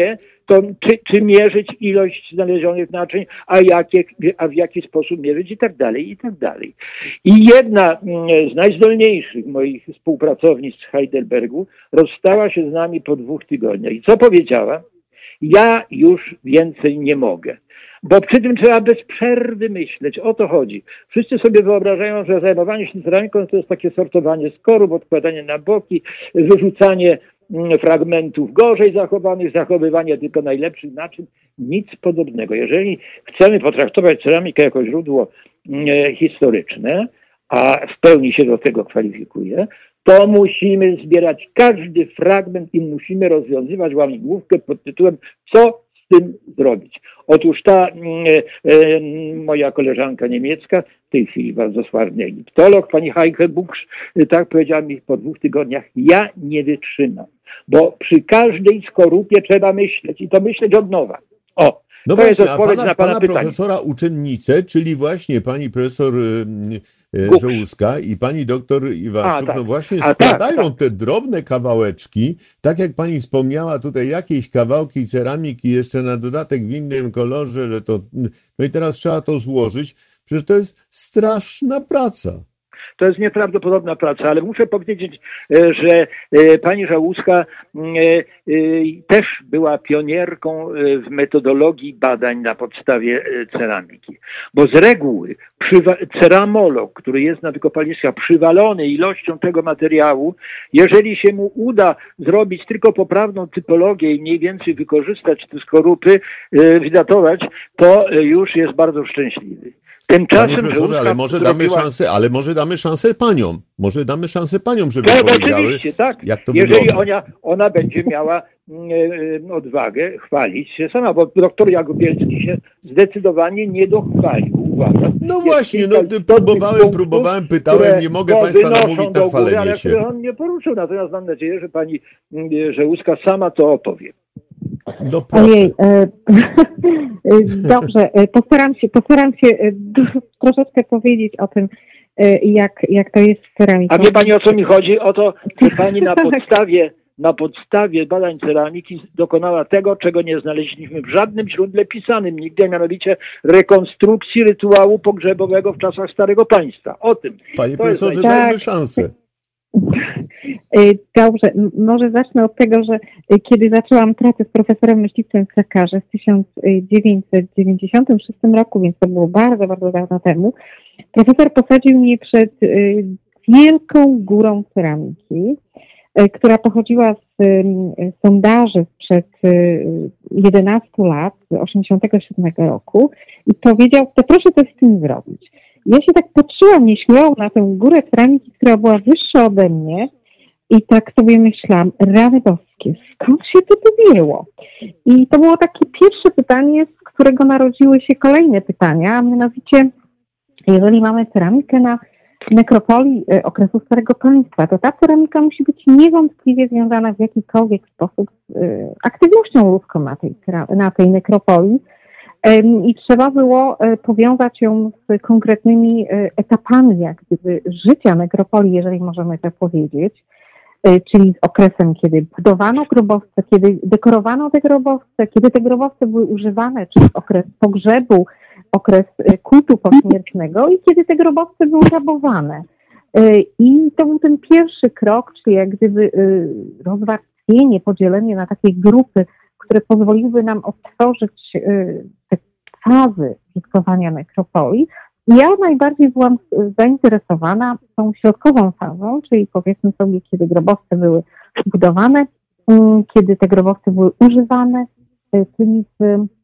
to czy mierzyć ilość znalezionych naczyń, a w jaki sposób mierzyć i tak dalej, i tak dalej. I jedna z najzdolniejszych moich współpracownic z Heidelbergu rozstała się z nami po 2 tygodniach. I co powiedziała? Ja już więcej nie mogę. Bo przy tym trzeba bez przerwy myśleć. O to chodzi. Wszyscy sobie wyobrażają, że zajmowanie się ceramiką to jest takie sortowanie skorób, odkładanie na boki, wyrzucanie fragmentów gorzej zachowanych, zachowywanie tylko najlepszych naczyń. Nic podobnego. Jeżeli chcemy potraktować ceramikę jako źródło historyczne, a w pełni się do tego kwalifikuje, to musimy zbierać każdy fragment i musimy rozwiązywać łamigłówkę pod tytułem co z tym zrobić. Otóż ta moja koleżanka niemiecka, w tej chwili bardzo sławny egiptolog, pani Heike Buksz, tak powiedziała mi po 2 tygodniach, ja nie wytrzymam, bo przy każdej skorupie trzeba myśleć i to myśleć od nowa. O, no to właśnie, jest odpowiedź na pana pytanie. Profesora uczennice, czyli właśnie pani profesor Żołuska i pani doktor Iwaszczuk, tak. no właśnie składają te drobne kawałeczki, tak jak pani wspomniała tutaj, jakieś kawałki ceramiki jeszcze na dodatek w innym kolorze, że to, no i teraz trzeba to złożyć. Przecież to jest straszna praca. To jest nieprawdopodobna praca, ale muszę powiedzieć, że pani Żałuska też była pionierką w metodologii badań na podstawie ceramiki. Bo z reguły ceramolog, który jest na wykopaliskach przywalony ilością tego materiału, jeżeli się mu uda zrobić tylko poprawną typologię i mniej więcej wykorzystać te skorupy, wydatować, to już jest bardzo szczęśliwy. Tymczasem, ale może damy szansę paniom. Może damy szansę paniom, żeby tak, powiedziały, tak. Jak to jeżeli wygląda. ona będzie miała odwagę chwalić się sama, bo doktor Jagobielski się zdecydowanie nie dochwalił. Uważam. No właśnie, próbowałem, pytałem, nie mogę państwa namówić na chwalenie się. Ale on nie poruszył, natomiast mam nadzieję, że pani Żełuska sama to opowie. No Ojej, dobrze, postaram się troszeczkę powiedzieć o tym, jak to jest z ceramiką. A wie pani, o co mi chodzi? O to, że pani na podstawie badań ceramiki dokonała tego, czego nie znaleźliśmy w żadnym źródle pisanym nigdy, mianowicie rekonstrukcji rytuału pogrzebowego w czasach Starego Państwa. O tym. Panie profesorze, dajmy szansę. Dobrze, może zacznę od tego, że kiedy zaczęłam pracę z profesorem Myśliwcem w Sakarze w 1996 roku, więc to było bardzo, bardzo dawno temu, profesor posadził mnie przed wielką górą ceramiki, która pochodziła z sondaży sprzed 11 lat, 1987 roku i powiedział, to proszę coś z tym zrobić. Ja się tak patrzyłam nieśmiało na tę górę ceramiki, która była wyższa ode mnie i tak sobie myślałam, rany boskie, skąd się to tu wzięło? I to było takie pierwsze pytanie, z którego narodziły się kolejne pytania, a mianowicie, jeżeli mamy ceramikę na nekropolii okresu Starego Państwa, to ta ceramika musi być niewątpliwie związana w jakikolwiek sposób z aktywnością ludzką na tej nekropolii. I trzeba było powiązać ją z konkretnymi etapami jak gdyby życia nekropolii, jeżeli możemy tak powiedzieć, czyli z okresem, kiedy budowano grobowce, kiedy dekorowano te grobowce, kiedy te grobowce były używane, czyli okres pogrzebu, okres kultu pośmiertnego i kiedy te grobowce były rabowane. I to był ten pierwszy krok, czyli jak gdyby rozwarstwienie, podzielenie na takie grupy, które pozwoliły nam odtworzyć te fazy użytkowania nekropolii. Ja najbardziej byłam zainteresowana tą środkową fazą, czyli powiedzmy sobie, kiedy grobowce były budowane, kiedy te grobowce były używane, czyli z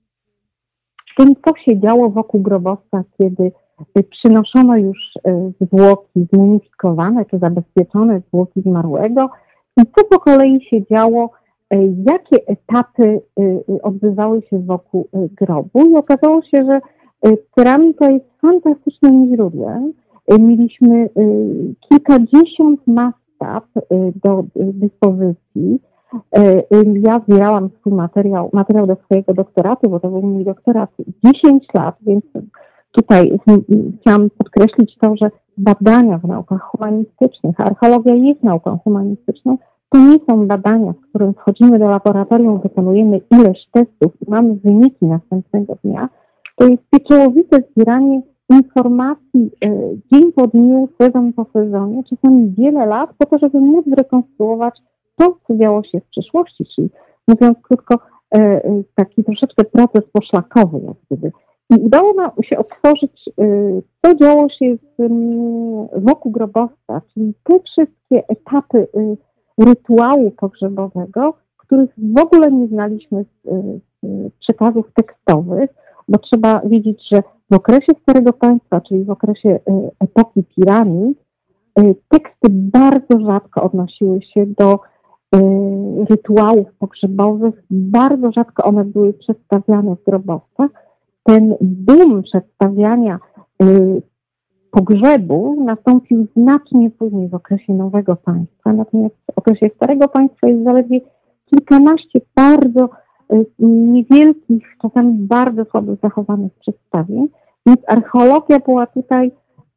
tym, co się działo wokół grobowca, kiedy przynoszono już zwłoki zmumifikowane czy zabezpieczone zwłoki zmarłego i co po kolei się działo, jakie etapy odbywały się wokół grobu. I okazało się, że ceramika jest fantastycznym źródłem. Mieliśmy kilkadziesiąt mastaw do dyspozycji. Ja zbierałam swój materiał do swojego doktoratu, bo to był mój doktorat 10 lat, więc tutaj chciałam podkreślić to, że badania w naukach humanistycznych, archeologia jest nauką humanistyczną, To nie są badania, w którym wchodzimy do laboratorium, wykonujemy ileś testów i mamy wyniki następnego dnia. To jest pieczołowite zbieranie informacji dzień po dniu, sezon po sezonie, czasami wiele lat, po to, żeby móc zrekonstruować to, co działo się w przyszłości, czyli mówiąc krótko, taki troszeczkę proces poszlakowy, jak gdyby. I udało nam się otworzyć, co działo się wokół grobowca, czyli te wszystkie etapy rytuału pogrzebowego, których w ogóle nie znaliśmy z przekazów tekstowych, bo trzeba wiedzieć, że w okresie Starego Państwa, czyli w okresie epoki piramid, teksty bardzo rzadko odnosiły się do rytuałów pogrzebowych, bardzo rzadko one były przedstawiane w grobowcach. Ten boom przedstawiania pogrzebu nastąpił znacznie później w okresie Nowego Państwa, natomiast w okresie Starego Państwa jest zaledwie kilkanaście bardzo niewielkich, czasami bardzo słabo zachowanych przedstawień, więc archeologia była tutaj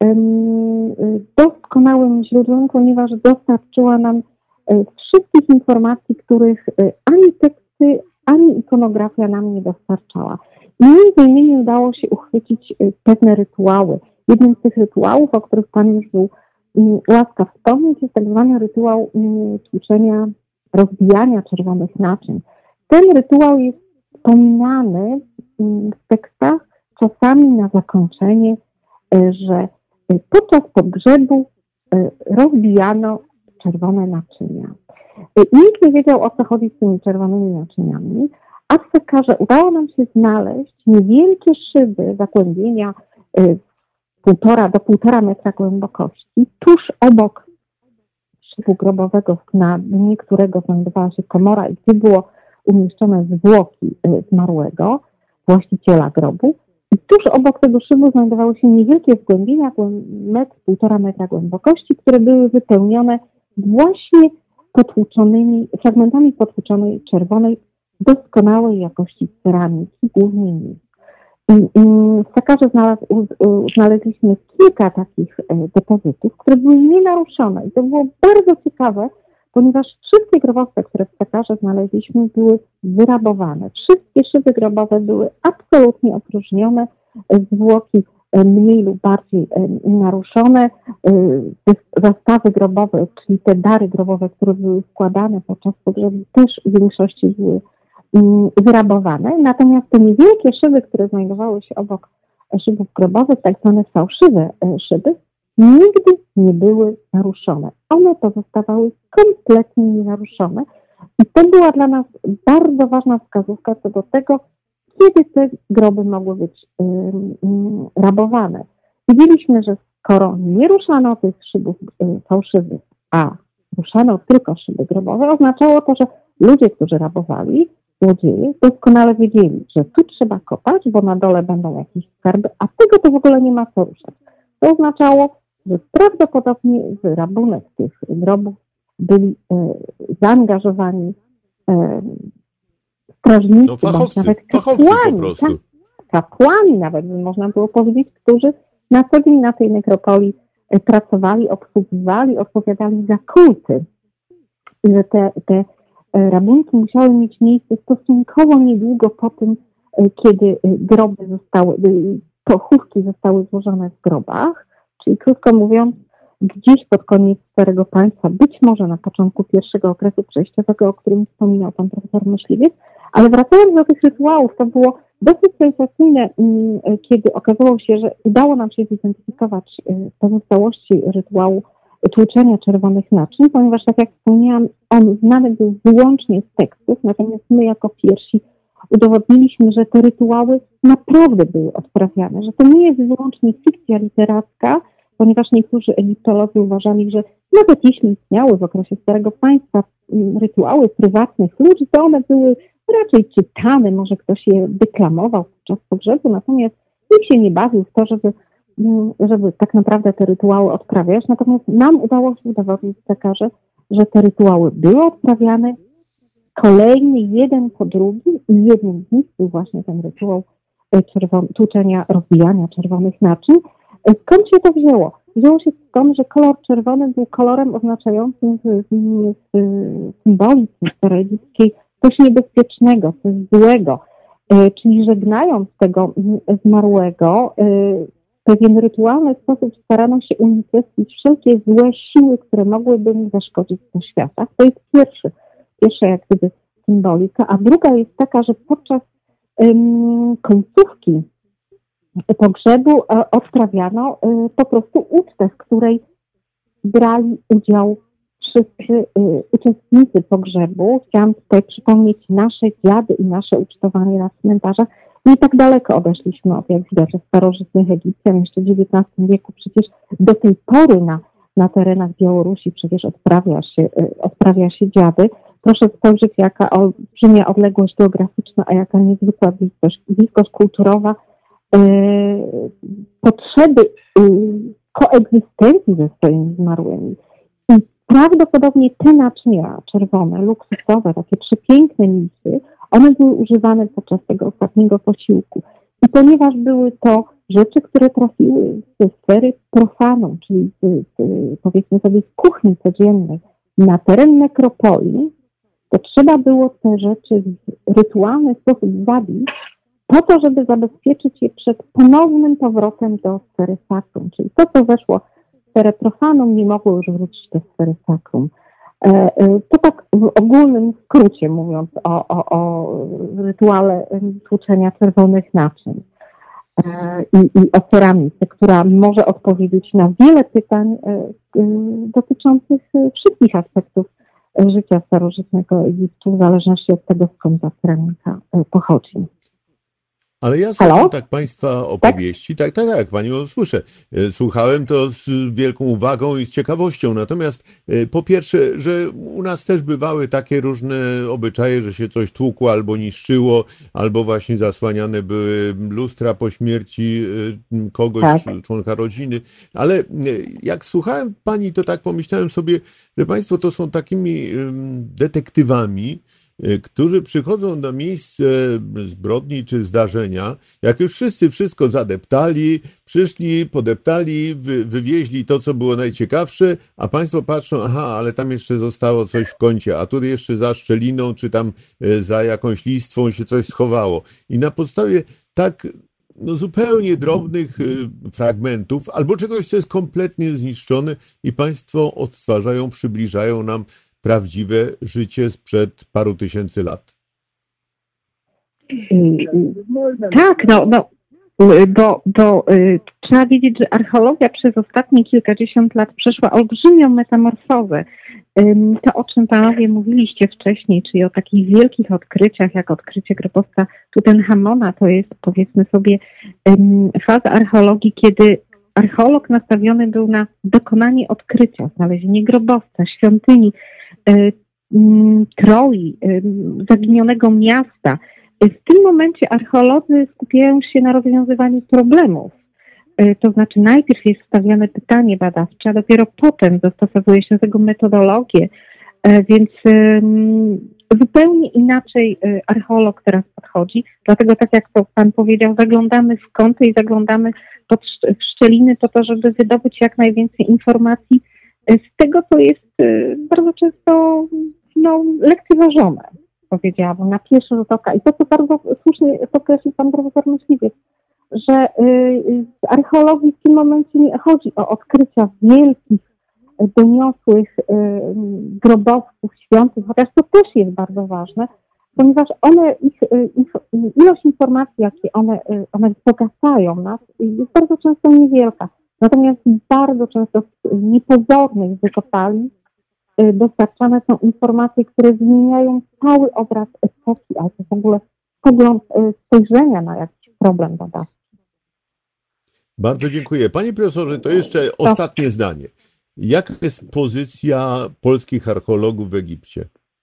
doskonałym źródłem, ponieważ dostarczyła nam wszystkich informacji, których ani teksty, ani ikonografia nam nie dostarczała. I między innymi udało się uchwycić pewne rytuały. Jednym z tych rytuałów, o których Pan już był łaskaw wspomnieć, jest tak zwany rytuał tłuczenia, rozbijania czerwonych naczyń. Ten rytuał jest wspominany w tekstach czasami na zakończenie, że podczas pogrzebu rozbijano czerwone naczynia. Nikt nie wiedział, o co chodzi z tymi czerwonymi naczyniami, a w sekarze udało nam się znaleźć niewielkie szyby zagłębienia 1,5 do 1,5 metra głębokości, tuż obok szybu grobowego, na dnie którego znajdowała się komora i gdzie było umieszczone zwłoki zmarłego, właściciela grobu. I tuż obok tego szybu znajdowały się niewielkie zgłębienia, 1,5 metra głębokości, które były wypełnione właśnie fragmentami potłuczonej czerwonej, doskonałej jakości ceramiki, głównie miedzi. W sekarze znaleźliśmy kilka takich depozytów, które były nienaruszone. I to było bardzo ciekawe, ponieważ wszystkie grobowce, które w sekarze znaleźliśmy, były wyrabowane. Wszystkie szyby grobowe były absolutnie opróżnione, zwłoki mniej lub bardziej naruszone, zastawy grobowe, czyli te dary grobowe, które były wkładane podczas pogrzebu, też w większości były wyrabowane. Natomiast te niewielkie szyby, które znajdowały się obok szybów grobowych, tak zwane fałszywe szyby, nigdy nie były naruszone. One pozostawały kompletnie nienaruszone i to była dla nas bardzo ważna wskazówka co do tego, kiedy te groby mogły być rabowane. Widzieliśmy, że skoro nie ruszano tych szybów fałszywych, a ruszano tylko szyby grobowe, oznaczało to, że ludzie, którzy rabowali, złodzieje, doskonale wiedzieli, że tu trzeba kopać, bo na dole będą jakieś skarby, a tego to w ogóle nie ma co ruszać. To oznaczało, że prawdopodobnie w rabunek tych grobów byli zaangażowani strażnicy, fachowcy, nawet fachowcy po prostu. Kapłani nawet, można było powiedzieć, którzy na co dzień na tej nekropolii pracowali, obsługiwali, odpowiadali za kulty. I że te rabunki musiały mieć miejsce stosunkowo niedługo po tym, kiedy pochówki zostały złożone w grobach, czyli krótko mówiąc, gdzieś pod koniec Starego Państwa, być może na początku pierwszego okresu przejściowego, o którym wspominał pan profesor Myśliwiec, ale wracając do tych rytuałów, to było dosyć sensacyjne, kiedy okazało się, że udało nam się zidentyfikować pozostałości rytuału tłuczenia czerwonych naczyń, ponieważ, tak jak wspomniałam, on znany był wyłącznie z tekstów, natomiast my jako pierwsi udowodniliśmy, że te rytuały naprawdę były odprawiane, że to nie jest wyłącznie fikcja literacka, ponieważ niektórzy egiptolodzy uważali, że nawet jeśli istniały w okresie Starego Państwa rytuały prywatnych ludzi, to one były raczej czytane, może ktoś je deklamował podczas pogrzebu, natomiast nikt się nie bawił w to, żeby tak naprawdę te rytuały odprawiać. Natomiast nam udało się udowodnić w sekarze, że te rytuały były odprawiane kolejny, jeden po drugim i jednym z nich był właśnie ten rytuał tłuczenia, rozbijania czerwonych naczyń. Skąd się to wzięło? wzięło się stąd, że kolor czerwony był kolorem oznaczającym w symbolice staroegipskiej coś niebezpiecznego, coś złego. Czyli żegnając tego zmarłego, w pewien rytualny sposób starano się unicestwić wszelkie złe siły, które mogłyby mu zaszkodzić na światach. To jest pierwsza jak gdyby symbolika, a druga jest taka, że podczas końcówki pogrzebu odprawiano po prostu ucztę, w której brali udział wszyscy uczestnicy pogrzebu. Chciałam tutaj przypomnieć nasze dziady i nasze ucztowanie na cmentarzach. Nie tak daleko odeszliśmy od, jak widać, od starożytnych Egipcjan. Jeszcze w XIX wieku przecież do tej pory na terenach Białorusi przecież odprawia się dziady. Proszę spojrzeć, jaka olbrzymia odległość geograficzna, a jaka niezwykła bliskość kulturowa, potrzeby koegzystencji ze swoimi zmarłymi. I prawdopodobnie te naczynia czerwone, luksusowe, takie przepiękne misy, one były używane podczas tego ostatniego posiłku. I ponieważ były to rzeczy, które trafiły ze sfery profaną, czyli powiedzmy sobie z kuchni codziennej na teren nekropolii, to trzeba było te rzeczy w rytualny sposób zabić, po to, żeby zabezpieczyć je przed ponownym powrotem do sfery sakrum. Czyli to, co weszło w sferę profaną, nie mogło już wrócić do sfery sakrum. To tak w ogólnym skrócie mówiąc o rytuale tłuczenia czerwonych naczyń i o ceramice, która może odpowiedzieć na wiele pytań dotyczących wszystkich aspektów życia starożytnego Egiptu, w zależności od tego, skąd ta ceramika pochodzi. Ale ja słucham tak Państwa opowieści. Tak, Panią słyszę. Słuchałem to z wielką uwagą i z ciekawością. Natomiast po pierwsze, że u nas też bywały takie różne obyczaje, że się coś tłukło albo niszczyło, albo właśnie zasłaniane były lustra po śmierci kogoś, członka rodziny. Ale jak słuchałem Pani, to tak pomyślałem sobie, że Państwo to są takimi detektywami, którzy przychodzą na miejsce zbrodni czy zdarzenia, jak już wszyscy wszystko zadeptali, przyszli, podeptali, wywieźli to, co było najciekawsze, a państwo patrzą, ale tam jeszcze zostało coś w kącie, a tu jeszcze za szczeliną, czy tam za jakąś listwą się coś schowało. I na podstawie tak zupełnie drobnych fragmentów, albo czegoś, co jest kompletnie zniszczone i państwo odtwarzają, przybliżają nam prawdziwe życie sprzed paru tysięcy lat. Tak, bo trzeba wiedzieć, że archeologia przez ostatnie kilkadziesiąt lat przeszła olbrzymią metamorfozę. To, o czym panowie mówiliście wcześniej, czyli o takich wielkich odkryciach, jak odkrycie grobowca Tutenchamona, to jest, powiedzmy sobie, faza archeologii, kiedy archeolog nastawiony był na dokonanie odkrycia, znalezienie grobowca, świątyni, Troi, zaginionego miasta. W tym momencie archeolodzy skupiają się na rozwiązywaniu problemów. To znaczy najpierw jest stawiane pytanie badawcze, a dopiero potem zastosowuje się do tego metodologię, więc zupełnie inaczej archeolog teraz podchodzi. Dlatego tak jak to pan powiedział, zaglądamy w kąty i zaglądamy w szczeliny po to, żeby wydobyć jak najwięcej informacji z tego, co jest bardzo często lekceważone, powiedziałabym, na pierwszy rzut oka. I to, co bardzo słusznie podkreślił pan profesor Myśliwiec, że w archeologii w tym momencie nie chodzi o odkrycia wielkich, doniosłych grobowców, świątyń, chociaż to też jest bardzo ważne, ponieważ ilość informacji, jakie one wzbogacają nas, jest bardzo często niewielka. Natomiast bardzo często w niepozornych wykopalisk dostarczane są informacje, które zmieniają cały obraz epoki, ale to w ogóle pogląd spojrzenia na jakiś problem badawczy. Bardzo dziękuję. Panie profesorze, to jeszcze ostatnie zdanie. Jaka jest pozycja polskich archeologów w Egipcie?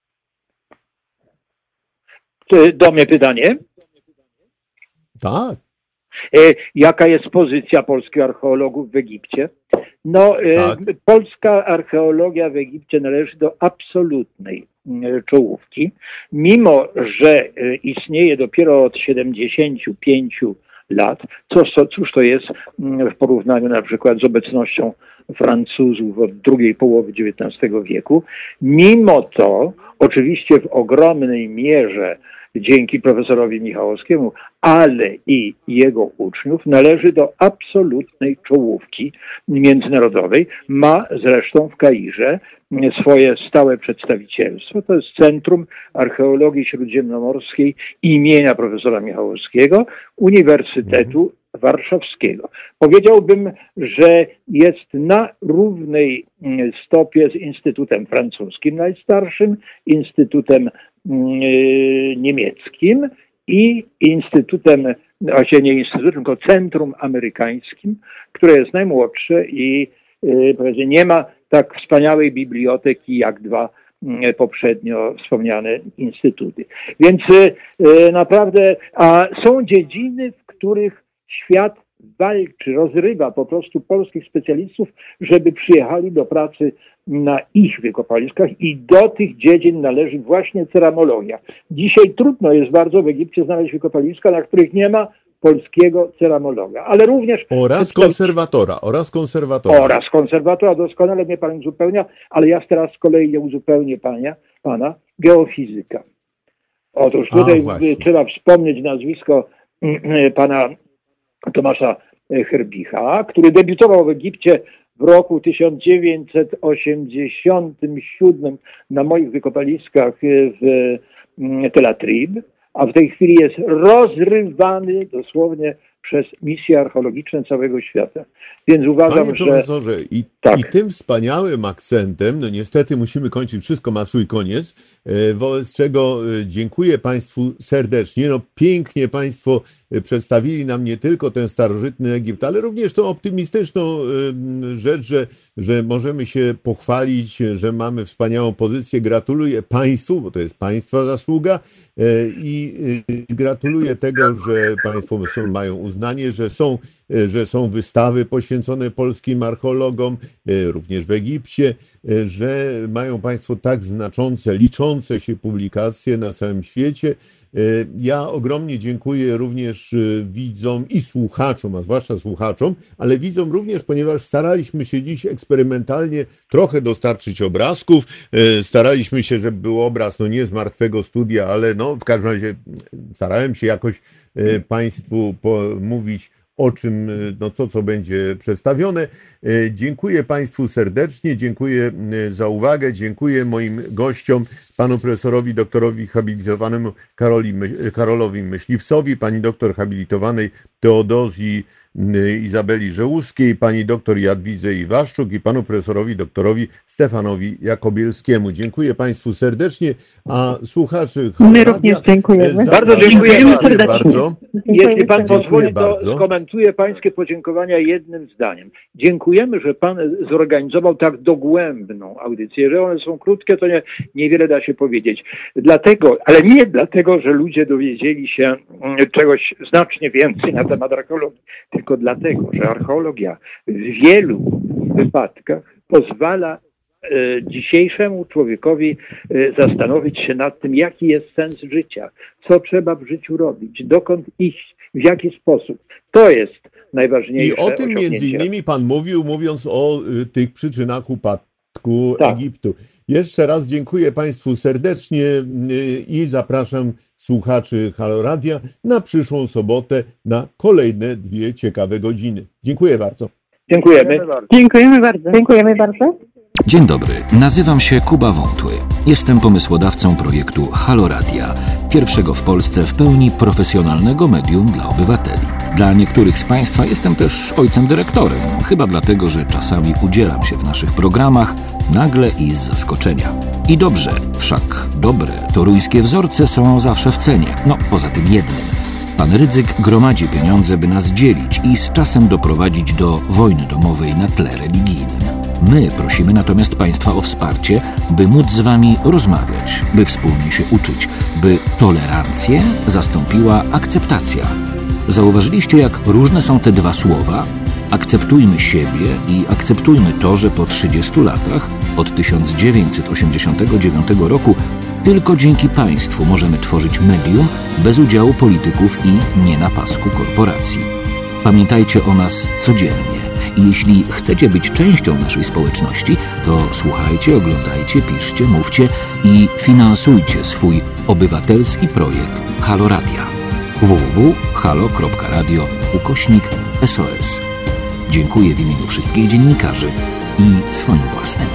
Do mnie pytanie? Tak. Jaka jest pozycja polskich archeologów w Egipcie? Tak. Polska archeologia w Egipcie należy do absolutnej czołówki, mimo że istnieje dopiero od 75 lat. Cóż to jest w porównaniu na przykład z obecnością Francuzów od drugiej połowy XIX wieku. Mimo to, oczywiście w ogromnej mierze dzięki profesorowi Michałowskiemu, ale i jego uczniów, należy do absolutnej czołówki międzynarodowej. Ma zresztą w Kairze swoje stałe przedstawicielstwo. To jest Centrum Archeologii Śródziemnomorskiej imienia profesora Michałowskiego Uniwersytetu Warszawskiego. Powiedziałbym, że jest na równej stopie z Instytutem Francuskim najstarszym, Instytutem niemieckim i Instytutem, właściwie nie Instytutem, tylko Centrum Amerykańskim, które jest najmłodsze i powiedzmy nie ma tak wspaniałej biblioteki jak dwa poprzednio wspomniane instytuty. Więc naprawdę, a są dziedziny, w których świat walczy, rozrywa po prostu polskich specjalistów, żeby przyjechali do pracy na ich wykopaliskach i do tych dziedzin należy właśnie ceramologia. Dzisiaj trudno jest bardzo w Egipcie znaleźć wykopaliska, na których nie ma polskiego ceramologa, ale również... Oraz konserwatora, doskonale mnie pan uzupełnia, ale ja teraz z kolei nie uzupełnię pana geofizyka. Otóż tutaj trzeba wspomnieć nazwisko pana Tomasza Herbicha, który debiutował w Egipcie w roku 1987 na moich wykopaliskach w Tel Atrib, a w tej chwili jest rozrywany dosłownie przez misje archeologiczne całego świata. Więc uważam, Panie profesorze, i tym wspaniałym akcentem, no niestety musimy kończyć, wszystko ma swój koniec, wobec czego dziękuję Państwu serdecznie. No pięknie Państwo przedstawili nam nie tylko ten starożytny Egipt, ale również tą optymistyczną rzecz, że możemy się pochwalić, że mamy wspaniałą pozycję. Gratuluję Państwu, bo to jest Państwa zasługa i gratuluję tego, że Państwo mają uznanie, że są wystawy poświęcone polskim archeologom, również w Egipcie, że mają Państwo tak znaczące, liczące się publikacje na całym świecie. Ja ogromnie dziękuję również widzom i słuchaczom, a zwłaszcza słuchaczom, ale widzom również, ponieważ staraliśmy się dziś eksperymentalnie trochę dostarczyć obrazków. Staraliśmy się, żeby był obraz, no nie z martwego studia, ale no w każdym razie starałem się jakoś Państwu mówić o czym, no to, co będzie przedstawione. Dziękuję Państwu serdecznie, dziękuję za uwagę, dziękuję moim gościom, panu profesorowi, doktorowi habilitowanemu Karolowi Myśliwcowi, pani doktor habilitowanej Teodozji Izabeli Żełuskiej, pani doktor Jadwidze Iwaszczuk i panu profesorowi doktorowi Stefanowi Jakobielskiemu. Dziękuję Państwu serdecznie, a słuchaczy My również dziękujemy. Bardzo dziękujemy bardzo. Jeśli pan pozwoli, to skomentuję pańskie podziękowania jednym zdaniem. Dziękujemy, że pan zorganizował tak dogłębną audycję. Że one są krótkie, to niewiele da się powiedzieć. Dlatego, ale nie dlatego, że ludzie dowiedzieli się czegoś znacznie więcej na temat archeologii, tylko dlatego, że archeologia w wielu wypadkach pozwala dzisiejszemu człowiekowi zastanowić się nad tym, jaki jest sens życia, co trzeba w życiu robić, dokąd iść, w jaki sposób. To jest najważniejsze. I o tym między innymi pan mówił, mówiąc o tych przyczynach upadku Egiptu. Jeszcze raz dziękuję Państwu serdecznie i zapraszam słuchaczy Halo Radia na przyszłą sobotę na kolejne 2 ciekawe godziny. Dziękuję bardzo. Dziękujemy. Dziękujemy bardzo. Dziękujemy bardzo. Dzień dobry, nazywam się Kuba Wątły. Jestem pomysłodawcą projektu Halo Radia, pierwszego w Polsce w pełni profesjonalnego medium dla obywateli. Dla niektórych z Państwa jestem też ojcem dyrektorem, chyba dlatego, że czasami udzielam się w naszych programach nagle i z zaskoczenia. I dobrze, wszak dobre toruńskie wzorce są zawsze w cenie, no poza tym jednym. Pan Rydzyk gromadzi pieniądze, by nas dzielić i z czasem doprowadzić do wojny domowej na tle religijnym. My prosimy natomiast Państwa o wsparcie, by móc z Wami rozmawiać, by wspólnie się uczyć, by tolerancję zastąpiła akceptacja. Zauważyliście, jak różne są te dwa słowa? Akceptujmy siebie i akceptujmy to, że po 30 latach, od 1989 roku, Tylko dzięki państwu możemy tworzyć medium bez udziału polityków i nie na pasku korporacji. Pamiętajcie o nas codziennie. I jeśli chcecie być częścią naszej społeczności, to słuchajcie, oglądajcie, piszcie, mówcie i finansujcie swój obywatelski projekt Halo Radia. www.halo.radio/SOS. Dziękuję w imieniu wszystkich dziennikarzy i swoim własnym.